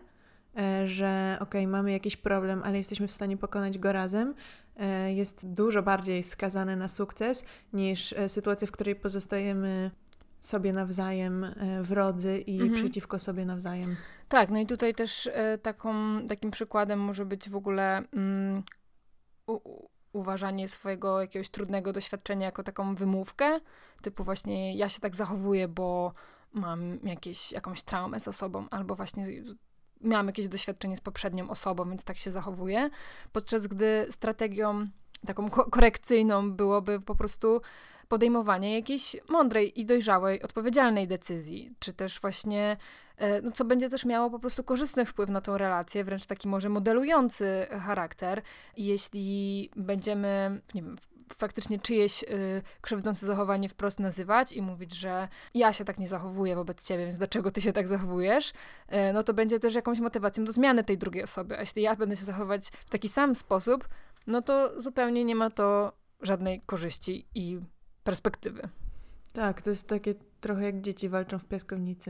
że okej, okay, mamy jakiś problem, ale jesteśmy w stanie pokonać go razem, jest dużo bardziej skazane na sukces niż sytuacja, w której pozostajemy sobie nawzajem wrodzy i mhm. przeciwko sobie nawzajem. Tak, no i tutaj też taką, takim przykładem może być w ogóle mm, u, uważanie swojego jakiegoś trudnego doświadczenia jako taką wymówkę, typu właśnie ja się tak zachowuję, bo mam jakieś, jakąś traumę za sobą, albo właśnie miałam jakieś doświadczenie z poprzednią osobą, więc tak się zachowuję. Podczas gdy strategią taką ko- korekcyjną byłoby po prostu podejmowanie jakiejś mądrej i dojrzałej, odpowiedzialnej decyzji, czy też właśnie, no co będzie też miało po prostu korzystny wpływ na tą relację, wręcz taki może modelujący charakter. I jeśli będziemy, nie wiem, faktycznie czyjeś y, krzywdzące zachowanie wprost nazywać i mówić, że ja się tak nie zachowuję wobec ciebie, więc dlaczego ty się tak zachowujesz, y, no to będzie też jakąś motywacją do zmiany tej drugiej osoby. A jeśli ja będę się zachowywać w taki sam sposób, no to zupełnie nie ma to żadnej korzyści i perspektywy. Tak, to jest takie trochę jak dzieci walczą w piaskownicy.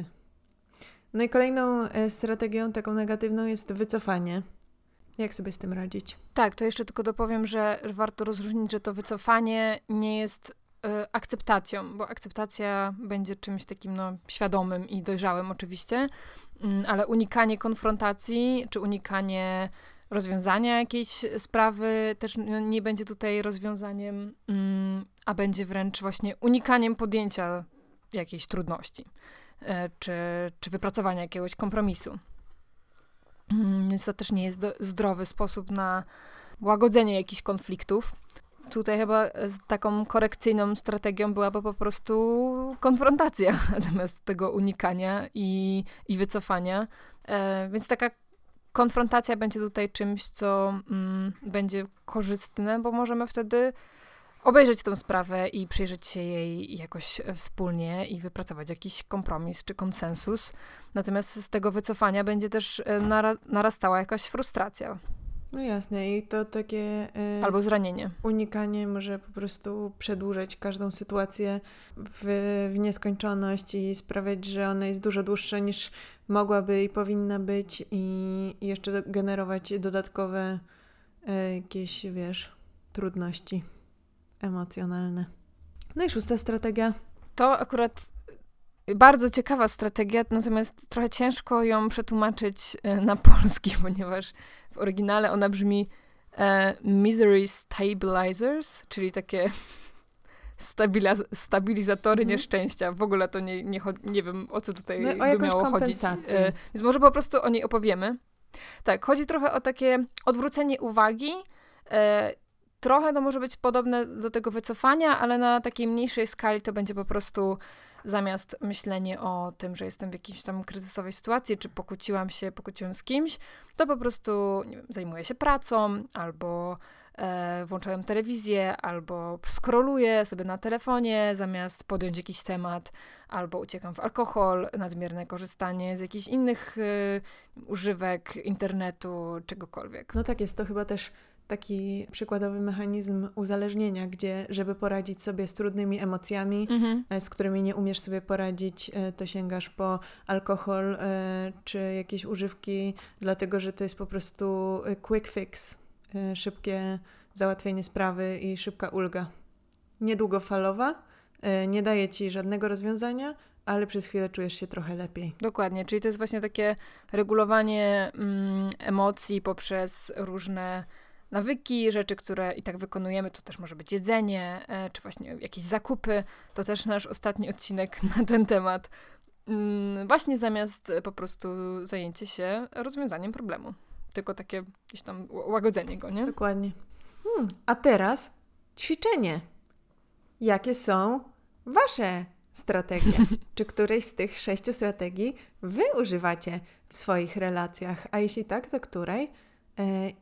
No i kolejną strategią taką negatywną jest wycofanie. Jak sobie z tym radzić? Tak, to jeszcze tylko dopowiem, że warto rozróżnić, że to wycofanie nie jest y, akceptacją, bo akceptacja będzie czymś takim no, świadomym i dojrzałym oczywiście, y, ale unikanie konfrontacji czy unikanie rozwiązania jakiejś sprawy też no, nie będzie tutaj rozwiązaniem, y, a będzie wręcz właśnie unikaniem podjęcia jakiejś trudności y, czy, czy wypracowania jakiegoś kompromisu. Więc to też nie jest do, zdrowy sposób na łagodzenie jakichś konfliktów. Tutaj chyba taką korekcyjną strategią byłaby po prostu konfrontacja zamiast tego unikania i, i wycofania. E, więc taka konfrontacja będzie tutaj czymś, co mm, będzie korzystne, bo możemy wtedy obejrzeć tę sprawę i przyjrzeć się jej jakoś wspólnie i wypracować jakiś kompromis czy konsensus. Natomiast z tego wycofania będzie też nara- narastała jakaś frustracja. No jasne, i to takie... Yy, Albo zranienie. Unikanie może po prostu przedłużać każdą sytuację w, w nieskończoność i sprawiać, że ona jest dużo dłuższa niż mogłaby i powinna być i, i jeszcze generować dodatkowe yy, jakieś, wiesz, trudności emocjonalne. No i szósta strategia. To akurat bardzo ciekawa strategia, natomiast trochę ciężko ją przetłumaczyć na polski, ponieważ w oryginale ona brzmi e, misery stabilizers, czyli takie stabiliz- stabilizatory mhm. nieszczęścia. W ogóle to nie, nie, cho- nie wiem, o co tutaj no, by o miało chodzić. E, więc może po prostu o niej opowiemy. Tak, chodzi trochę o takie odwrócenie uwagi. E, trochę to może być podobne do tego wycofania, ale na takiej mniejszej skali to będzie po prostu zamiast myślenie o tym, że jestem w jakiejś tam kryzysowej sytuacji, czy pokłóciłam się, pokłóciłem z kimś, to po prostu, nie wiem, zajmuję się pracą, albo e, włączałem telewizję, albo scrolluję sobie na telefonie, zamiast podjąć jakiś temat, albo uciekam w alkohol, nadmierne korzystanie z jakichś innych e, używek internetu, czegokolwiek. No tak, jest to chyba też taki przykładowy mechanizm uzależnienia, gdzie żeby poradzić sobie z trudnymi emocjami, mm-hmm. z którymi nie umiesz sobie poradzić, to sięgasz po alkohol czy jakieś używki, dlatego że to jest po prostu quick fix, szybkie załatwienie sprawy i szybka ulga. Niedługofalowa, nie daje ci żadnego rozwiązania, ale przez chwilę czujesz się trochę lepiej. Dokładnie, czyli to jest właśnie takie regulowanie mm, emocji poprzez różne nawyki, rzeczy, które i tak wykonujemy, to też może być jedzenie, e, czy właśnie jakieś zakupy. To też nasz ostatni odcinek na ten temat. Mm, właśnie zamiast po prostu zajęcie się rozwiązaniem problemu. Tylko takie gdzieś tam łagodzenie go, nie? Dokładnie. Hmm, a teraz ćwiczenie. Jakie są wasze strategie? Czy którejś z tych sześciu strategii wy używacie w swoich relacjach? A jeśli tak, to której? E,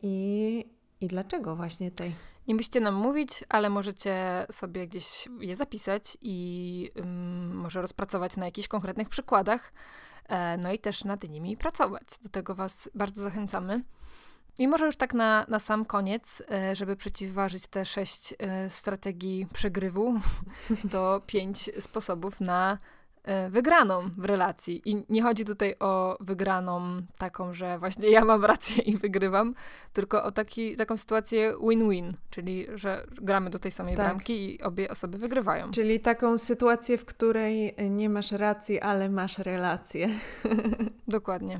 I I dlaczego właśnie tej? Nie musicie nam mówić, ale możecie sobie gdzieś je zapisać i um, może rozpracować na jakichś konkretnych przykładach, e, no i też nad nimi pracować. Do tego was bardzo zachęcamy. I może już tak na, na sam koniec, e, żeby przeciwważyć te sześć e, strategii przegrywu, to pięć sposobów na wygraną w relacji. I nie chodzi tutaj o wygraną taką, że właśnie ja mam rację i wygrywam, tylko o taki, taką sytuację win-win, czyli że gramy do tej samej tak. bramki i obie osoby wygrywają. Czyli taką sytuację, w której nie masz racji, ale masz relację. Dokładnie.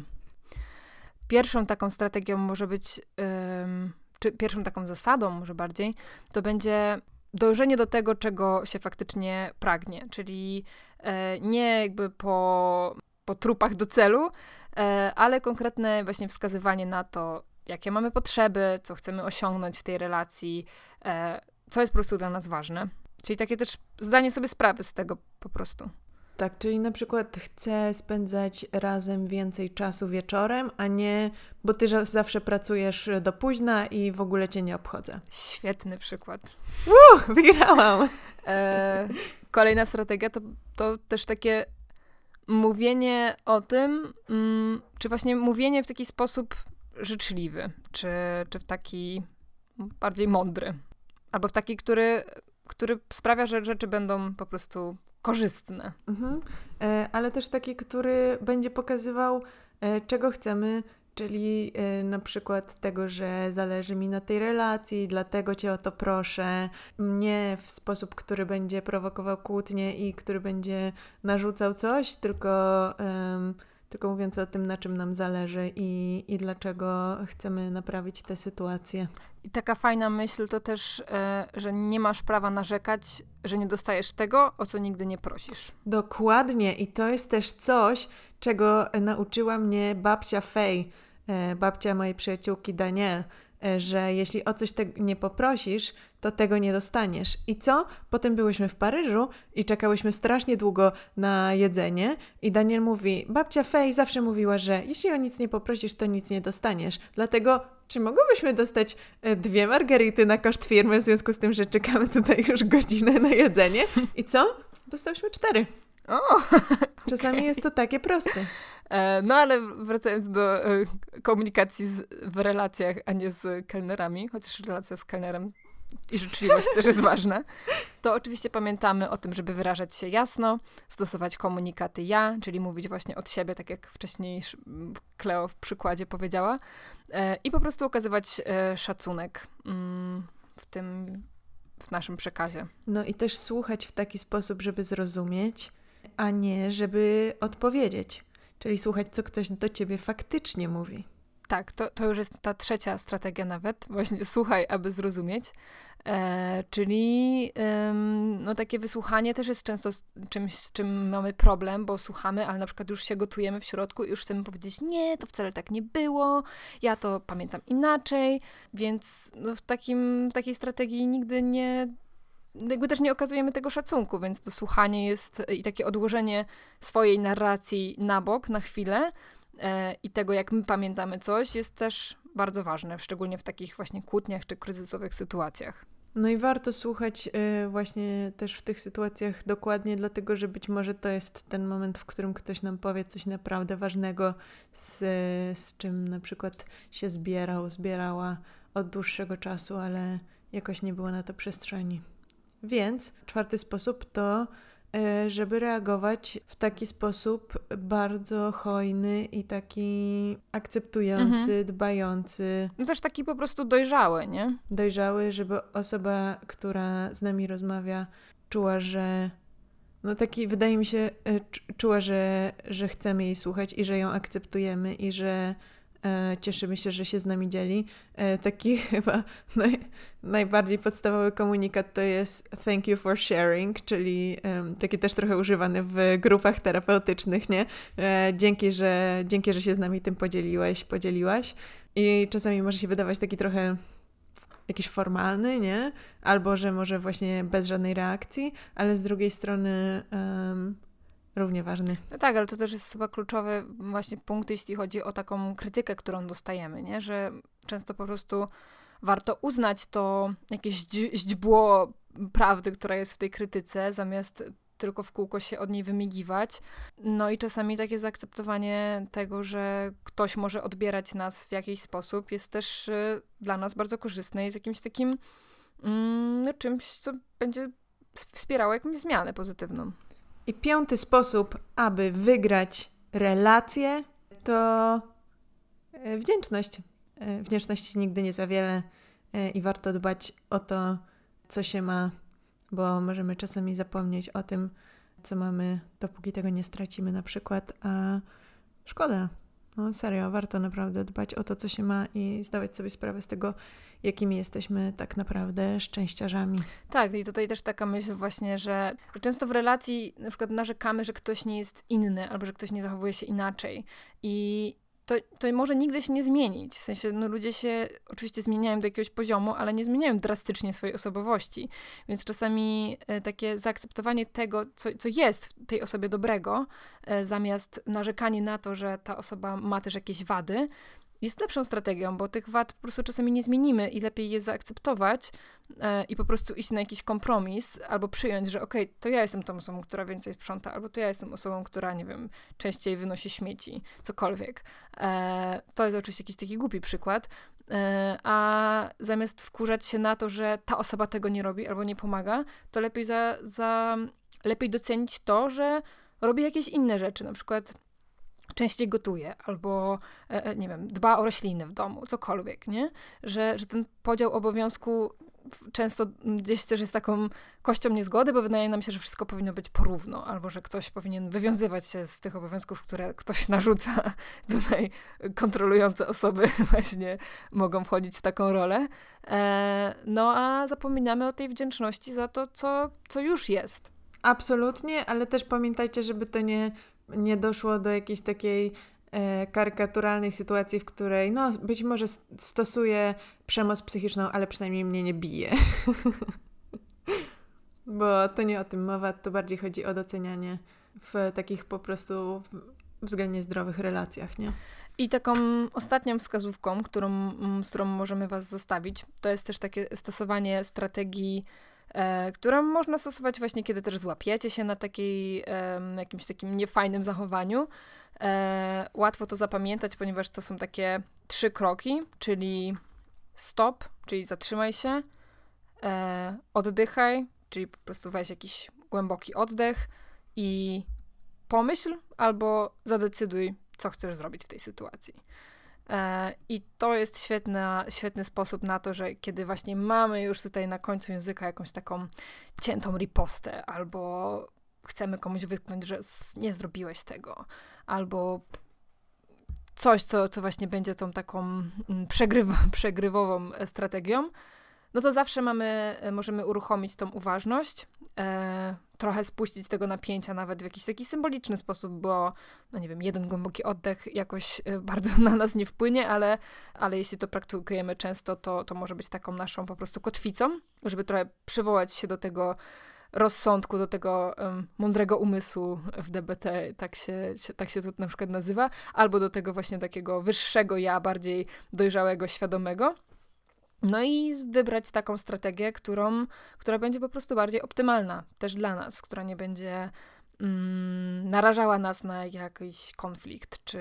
Pierwszą taką strategią może być, ym, czy pierwszą taką zasadą może bardziej, to będzie dążenie do tego, czego się faktycznie pragnie, czyli e, nie jakby po, po trupach do celu, e, ale konkretne właśnie wskazywanie na to, jakie mamy potrzeby, co chcemy osiągnąć w tej relacji, e, co jest po prostu dla nas ważne. Czyli takie też zdanie sobie sprawy z tego po prostu. Tak, czyli na przykład chcę spędzać razem więcej czasu wieczorem, a nie, bo ty zawsze pracujesz do późna i w ogóle cię nie obchodzę. Świetny przykład. Uuu, wygrałam! E, kolejna strategia to, to też takie mówienie o tym, mm, czy właśnie mówienie w taki sposób życzliwy, czy, czy w taki bardziej mądry, albo w taki, który, który sprawia, że rzeczy będą po prostu korzystne. Mhm. E, ale też taki, który będzie pokazywał, e, czego chcemy, czyli e, na przykład tego, że zależy mi na tej relacji, dlatego cię o to proszę. Nie w sposób, który będzie prowokował kłótnie i który będzie narzucał coś, tylko, um, tylko mówiąc o tym, na czym nam zależy i, i dlaczego chcemy naprawić tę sytuację. I taka fajna myśl to też, e, że nie masz prawa narzekać, że nie dostajesz tego, o co nigdy nie prosisz. Dokładnie. I to jest też coś, czego nauczyła mnie babcia Fej, e, babcia mojej przyjaciółki Daniel, e, że jeśli o coś te- nie poprosisz, to tego nie dostaniesz. I co? Potem byłyśmy w Paryżu i czekałyśmy strasznie długo na jedzenie i Daniel mówi, babcia Fej zawsze mówiła, że jeśli o nic nie poprosisz, to nic nie dostaniesz. Dlatego czy mogłybyśmy dostać dwie margarity na koszt firmy w związku z tym, że czekamy tutaj już godzinę na jedzenie? I co? Dostałyśmy cztery. O! Czasami okay. jest to takie proste. E, no ale wracając do e, komunikacji z, w relacjach, a nie z kelnerami, chociaż relacja z kelnerem i życzliwość też jest ważna, to oczywiście pamiętamy o tym, żeby wyrażać się jasno, stosować komunikaty ja, czyli mówić właśnie od siebie, tak jak wcześniej Kleo w przykładzie powiedziała, e, i po prostu okazywać e, szacunek mm, w tym, w naszym przekazie. No i też słuchać w taki sposób, żeby zrozumieć, a nie żeby odpowiedzieć. Czyli słuchać, co ktoś do ciebie faktycznie mówi. Tak, to, to już jest ta trzecia strategia nawet, właśnie słuchaj, aby zrozumieć, e, czyli ym, no takie wysłuchanie też jest często z czymś, z czym mamy problem, bo słuchamy, ale na przykład już się gotujemy w środku i już chcemy powiedzieć, nie, to wcale tak nie było, ja to pamiętam inaczej, więc no w, takim, w takiej strategii nigdy nie, jakby też nie okazujemy tego szacunku, więc to słuchanie jest i takie odłożenie swojej narracji na bok, na chwilę, i tego, jak my pamiętamy coś, jest też bardzo ważne, szczególnie w takich właśnie kłótniach czy kryzysowych sytuacjach. No i warto słuchać y, właśnie też w tych sytuacjach dokładnie, dlatego że być może to jest ten moment, w którym ktoś nam powie coś naprawdę ważnego, z, z czym na przykład się zbierał, zbierała od dłuższego czasu, ale jakoś nie było na to przestrzeni. Więc czwarty sposób to żeby reagować w taki sposób bardzo hojny i taki akceptujący, mhm. dbający. No też taki po prostu dojrzały, nie? Dojrzały, żeby osoba, która z nami rozmawia, czuła, że no taki, wydaje mi się, czuła, że, że chcemy jej słuchać i że ją akceptujemy i że e, cieszymy się, że się z nami dzieli. E, taki chyba naj, najbardziej podstawowy komunikat to jest thank you for sharing, czyli um, taki też trochę używany w grupach terapeutycznych, nie? E, dzięki, że, dzięki, że się z nami tym podzieliłeś, podzieliłaś. I czasami może się wydawać taki trochę jakiś formalny, nie? Albo, że może właśnie bez żadnej reakcji, ale z drugiej strony um, równie ważny. No tak, ale to też jest chyba kluczowy właśnie punkt, jeśli chodzi o taką krytykę, którą dostajemy, nie? Że często po prostu warto uznać to jakieś źdźbło prawdy, która jest w tej krytyce, zamiast tylko w kółko się od niej wymigiwać. No i czasami takie zaakceptowanie tego, że ktoś może odbierać nas w jakiś sposób, jest też y, dla nas bardzo korzystne, jest jakimś takim mm, czymś, co będzie wspierało jakąś zmianę pozytywną. I piąty sposób, aby wygrać relacje, to wdzięczność. Wdzięczności nigdy nie za wiele i warto dbać o to, co się ma, bo możemy czasami zapomnieć o tym, co mamy, dopóki tego nie stracimy na przykład, a szkoda. No serio, warto naprawdę dbać o to, co się ma i zdawać sobie sprawę z tego, jakimi jesteśmy tak naprawdę szczęściarzami. Tak, i tutaj też taka myśl właśnie, że często w relacji na przykład narzekamy, że ktoś nie jest inny, albo że ktoś nie zachowuje się inaczej. I to, to może nigdy się nie zmienić. W sensie, no ludzie się oczywiście zmieniają do jakiegoś poziomu, ale nie zmieniają drastycznie swojej osobowości. Więc czasami e, takie zaakceptowanie tego, co, co jest w tej osobie dobrego, e, zamiast narzekanie na to, że ta osoba ma też jakieś wady, jest lepszą strategią, bo tych wad po prostu czasami nie zmienimy i lepiej je zaakceptować e, i po prostu iść na jakiś kompromis albo przyjąć, że okej, okay, to ja jestem tą osobą, która więcej sprząta, albo to ja jestem osobą, która, nie wiem, częściej wynosi śmieci, cokolwiek. E, to jest oczywiście jakiś taki głupi przykład, e, a zamiast wkurzać się na to, że ta osoba tego nie robi albo nie pomaga, to lepiej, za, za, lepiej docenić to, że robi jakieś inne rzeczy, na przykład częściej gotuje, albo, e, nie wiem, dba o rośliny w domu, cokolwiek, nie? Że, że ten podział obowiązku często gdzieś też jest taką kością niezgody, bo wydaje nam się, że wszystko powinno być porówno, albo że ktoś powinien wywiązywać się z tych obowiązków, które ktoś narzuca. Tutaj kontrolujące osoby właśnie mogą wchodzić w taką rolę. E, no a zapominamy o tej wdzięczności za to, co, co już jest. Absolutnie, ale też pamiętajcie, żeby to nie nie doszło do jakiejś takiej e, karykaturalnej sytuacji, w której no być może stosuję przemoc psychiczną, ale przynajmniej mnie nie bije. Bo to nie o tym mowa, to bardziej chodzi o docenianie w takich po prostu względnie zdrowych relacjach, nie? I taką ostatnią wskazówką, którą, z którą możemy was zostawić, to jest też takie stosowanie strategii e, którą można stosować właśnie, kiedy też złapiecie się na takiej, e, jakimś takim niefajnym zachowaniu. E, łatwo to zapamiętać, ponieważ to są takie trzy kroki, czyli stop, czyli zatrzymaj się, e, oddychaj, czyli po prostu weź jakiś głęboki oddech i pomyśl albo zadecyduj, co chcesz zrobić w tej sytuacji. E, I to jest świetna, świetny sposób na to, że kiedy właśnie mamy już tutaj na końcu języka jakąś taką ciętą ripostę, albo chcemy komuś wytknąć, że nie zrobiłeś tego, albo coś, co, co właśnie będzie tą taką przegryw- przegrywową strategią, no to zawsze mamy, możemy uruchomić tą uważność, e, trochę spuścić tego napięcia nawet w jakiś taki symboliczny sposób, bo, no nie wiem, jeden głęboki oddech jakoś bardzo na nas nie wpłynie, ale, ale jeśli to praktykujemy często, to, to może być taką naszą po prostu kotwicą, żeby trochę przywołać się do tego rozsądku, do tego um, mądrego umysłu w D B T, tak się, się, tak się to na przykład nazywa, albo do tego właśnie takiego wyższego ja, bardziej dojrzałego, świadomego. No i wybrać taką strategię, którą, która będzie po prostu bardziej optymalna też dla nas, która nie będzie mm, narażała nas na jakiś konflikt czy,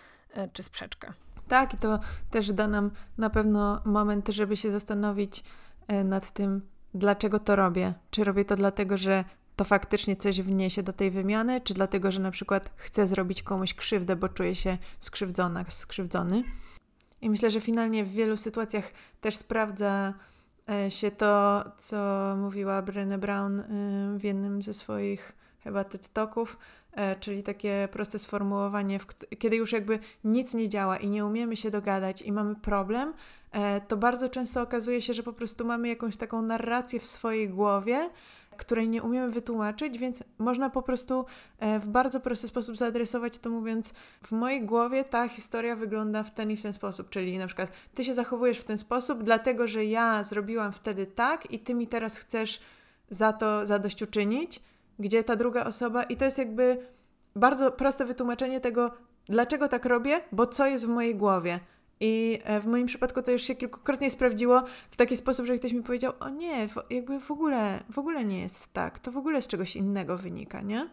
czy sprzeczkę. Tak, i to też da nam na pewno moment, żeby się zastanowić nad tym, dlaczego to robię. Czy robię to dlatego, że to faktycznie coś wniesie do tej wymiany, czy dlatego, że na przykład chcę zrobić komuś krzywdę, bo czuję się skrzywdzona, skrzywdzony. I myślę, że finalnie w wielu sytuacjach też sprawdza się to, co mówiła Brené Brown w jednym ze swoich chyba TED Talków, czyli takie proste sformułowanie, kiedy już jakby nic nie działa i nie umiemy się dogadać i mamy problem, to bardzo często okazuje się, że po prostu mamy jakąś taką narrację w swojej głowie, której nie umiemy wytłumaczyć, więc można po prostu w bardzo prosty sposób zaadresować to, mówiąc: w mojej głowie ta historia wygląda w ten i w ten sposób, czyli na przykład ty się zachowujesz w ten sposób, dlatego że ja zrobiłam wtedy tak i ty mi teraz chcesz za to zadośćuczynić, gdzie ta druga osoba, i to jest jakby bardzo proste wytłumaczenie tego, dlaczego tak robię, bo co jest w mojej głowie. I w moim przypadku to już się kilkukrotnie sprawdziło w taki sposób, że ktoś mi powiedział: o nie, jakby w ogóle, w ogóle nie jest tak, to w ogóle z czegoś innego wynika, nie?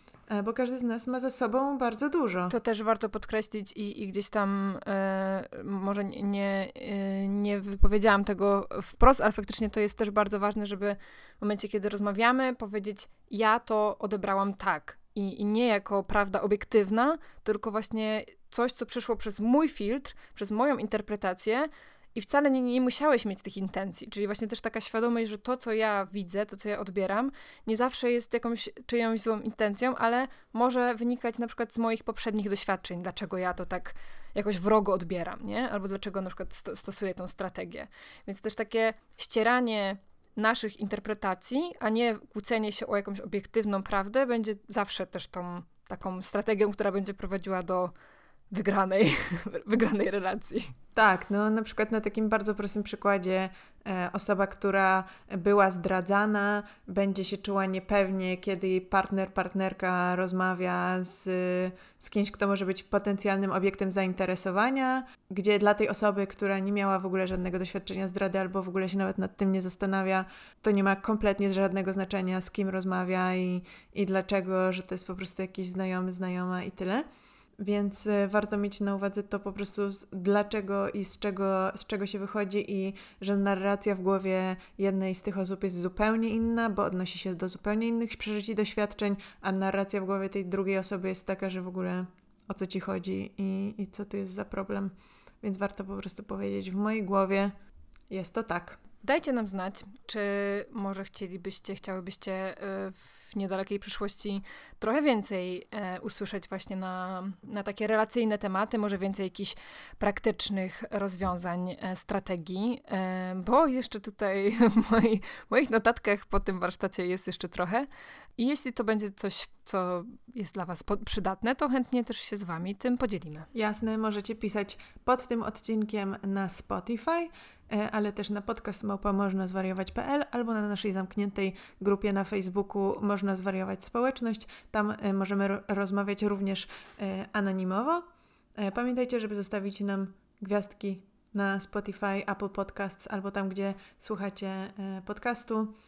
Bo każdy z nas ma ze sobą bardzo dużo. To też warto podkreślić i, i gdzieś tam e, może nie, e, nie wypowiedziałam tego wprost, ale faktycznie to jest też bardzo ważne, żeby w momencie, kiedy rozmawiamy, powiedzieć: ja to odebrałam tak. I, i nie jako prawda obiektywna, tylko właśnie coś, co przyszło przez mój filtr, przez moją interpretację i wcale nie, nie musiałeś mieć tych intencji. Czyli właśnie też taka świadomość, że to, co ja widzę, to, co ja odbieram, nie zawsze jest jakąś czyjąś złą intencją, ale może wynikać na przykład z moich poprzednich doświadczeń, dlaczego ja to tak jakoś wrogo odbieram, nie? Albo dlaczego na przykład sto- stosuję tą strategię. Więc też takie ścieranie naszych interpretacji, a nie kłócenie się o jakąś obiektywną prawdę, będzie zawsze też tą taką strategią, która będzie prowadziła do wygranej, wygranej relacji. Tak, no na przykład na takim bardzo prostym przykładzie e, osoba, która była zdradzana, będzie się czuła niepewnie, kiedy jej partner, partnerka rozmawia z, z kimś, kto może być potencjalnym obiektem zainteresowania, gdzie dla tej osoby, która nie miała w ogóle żadnego doświadczenia zdrady albo w ogóle się nawet nad tym nie zastanawia, to nie ma kompletnie żadnego znaczenia, z kim rozmawia i, i dlaczego, że to jest po prostu jakiś znajomy, znajoma i tyle. Więc warto mieć na uwadze to po prostu dlaczego i z czego, z czego się wychodzi i że narracja w głowie jednej z tych osób jest zupełnie inna, bo odnosi się do zupełnie innych przeżyć i doświadczeń, a narracja w głowie tej drugiej osoby jest taka, że w ogóle o co ci chodzi i, i co tu jest za problem. Więc warto po prostu powiedzieć: w mojej głowie jest to tak. Dajcie nam znać, czy może chcielibyście, chciałybyście w niedalekiej przyszłości trochę więcej usłyszeć właśnie na, na takie relacyjne tematy, może więcej jakichś praktycznych rozwiązań, strategii, bo jeszcze tutaj w moi, moich notatkach po tym warsztacie jest jeszcze trochę. I jeśli to będzie coś, co jest dla was przydatne, to chętnie też się z wami tym podzielimy. Jasne, możecie pisać pod tym odcinkiem na Spotify, ale też na podcast małpa można zwariować kropka p l albo na naszej zamkniętej grupie na Facebooku Można Zwariować Społeczność. Tam możemy ro- rozmawiać również anonimowo. Pamiętajcie, żeby zostawić nam gwiazdki na Spotify, Apple Podcasts albo tam, gdzie słuchacie podcastu.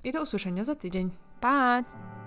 i do usłyszenia za tydzień. Pa!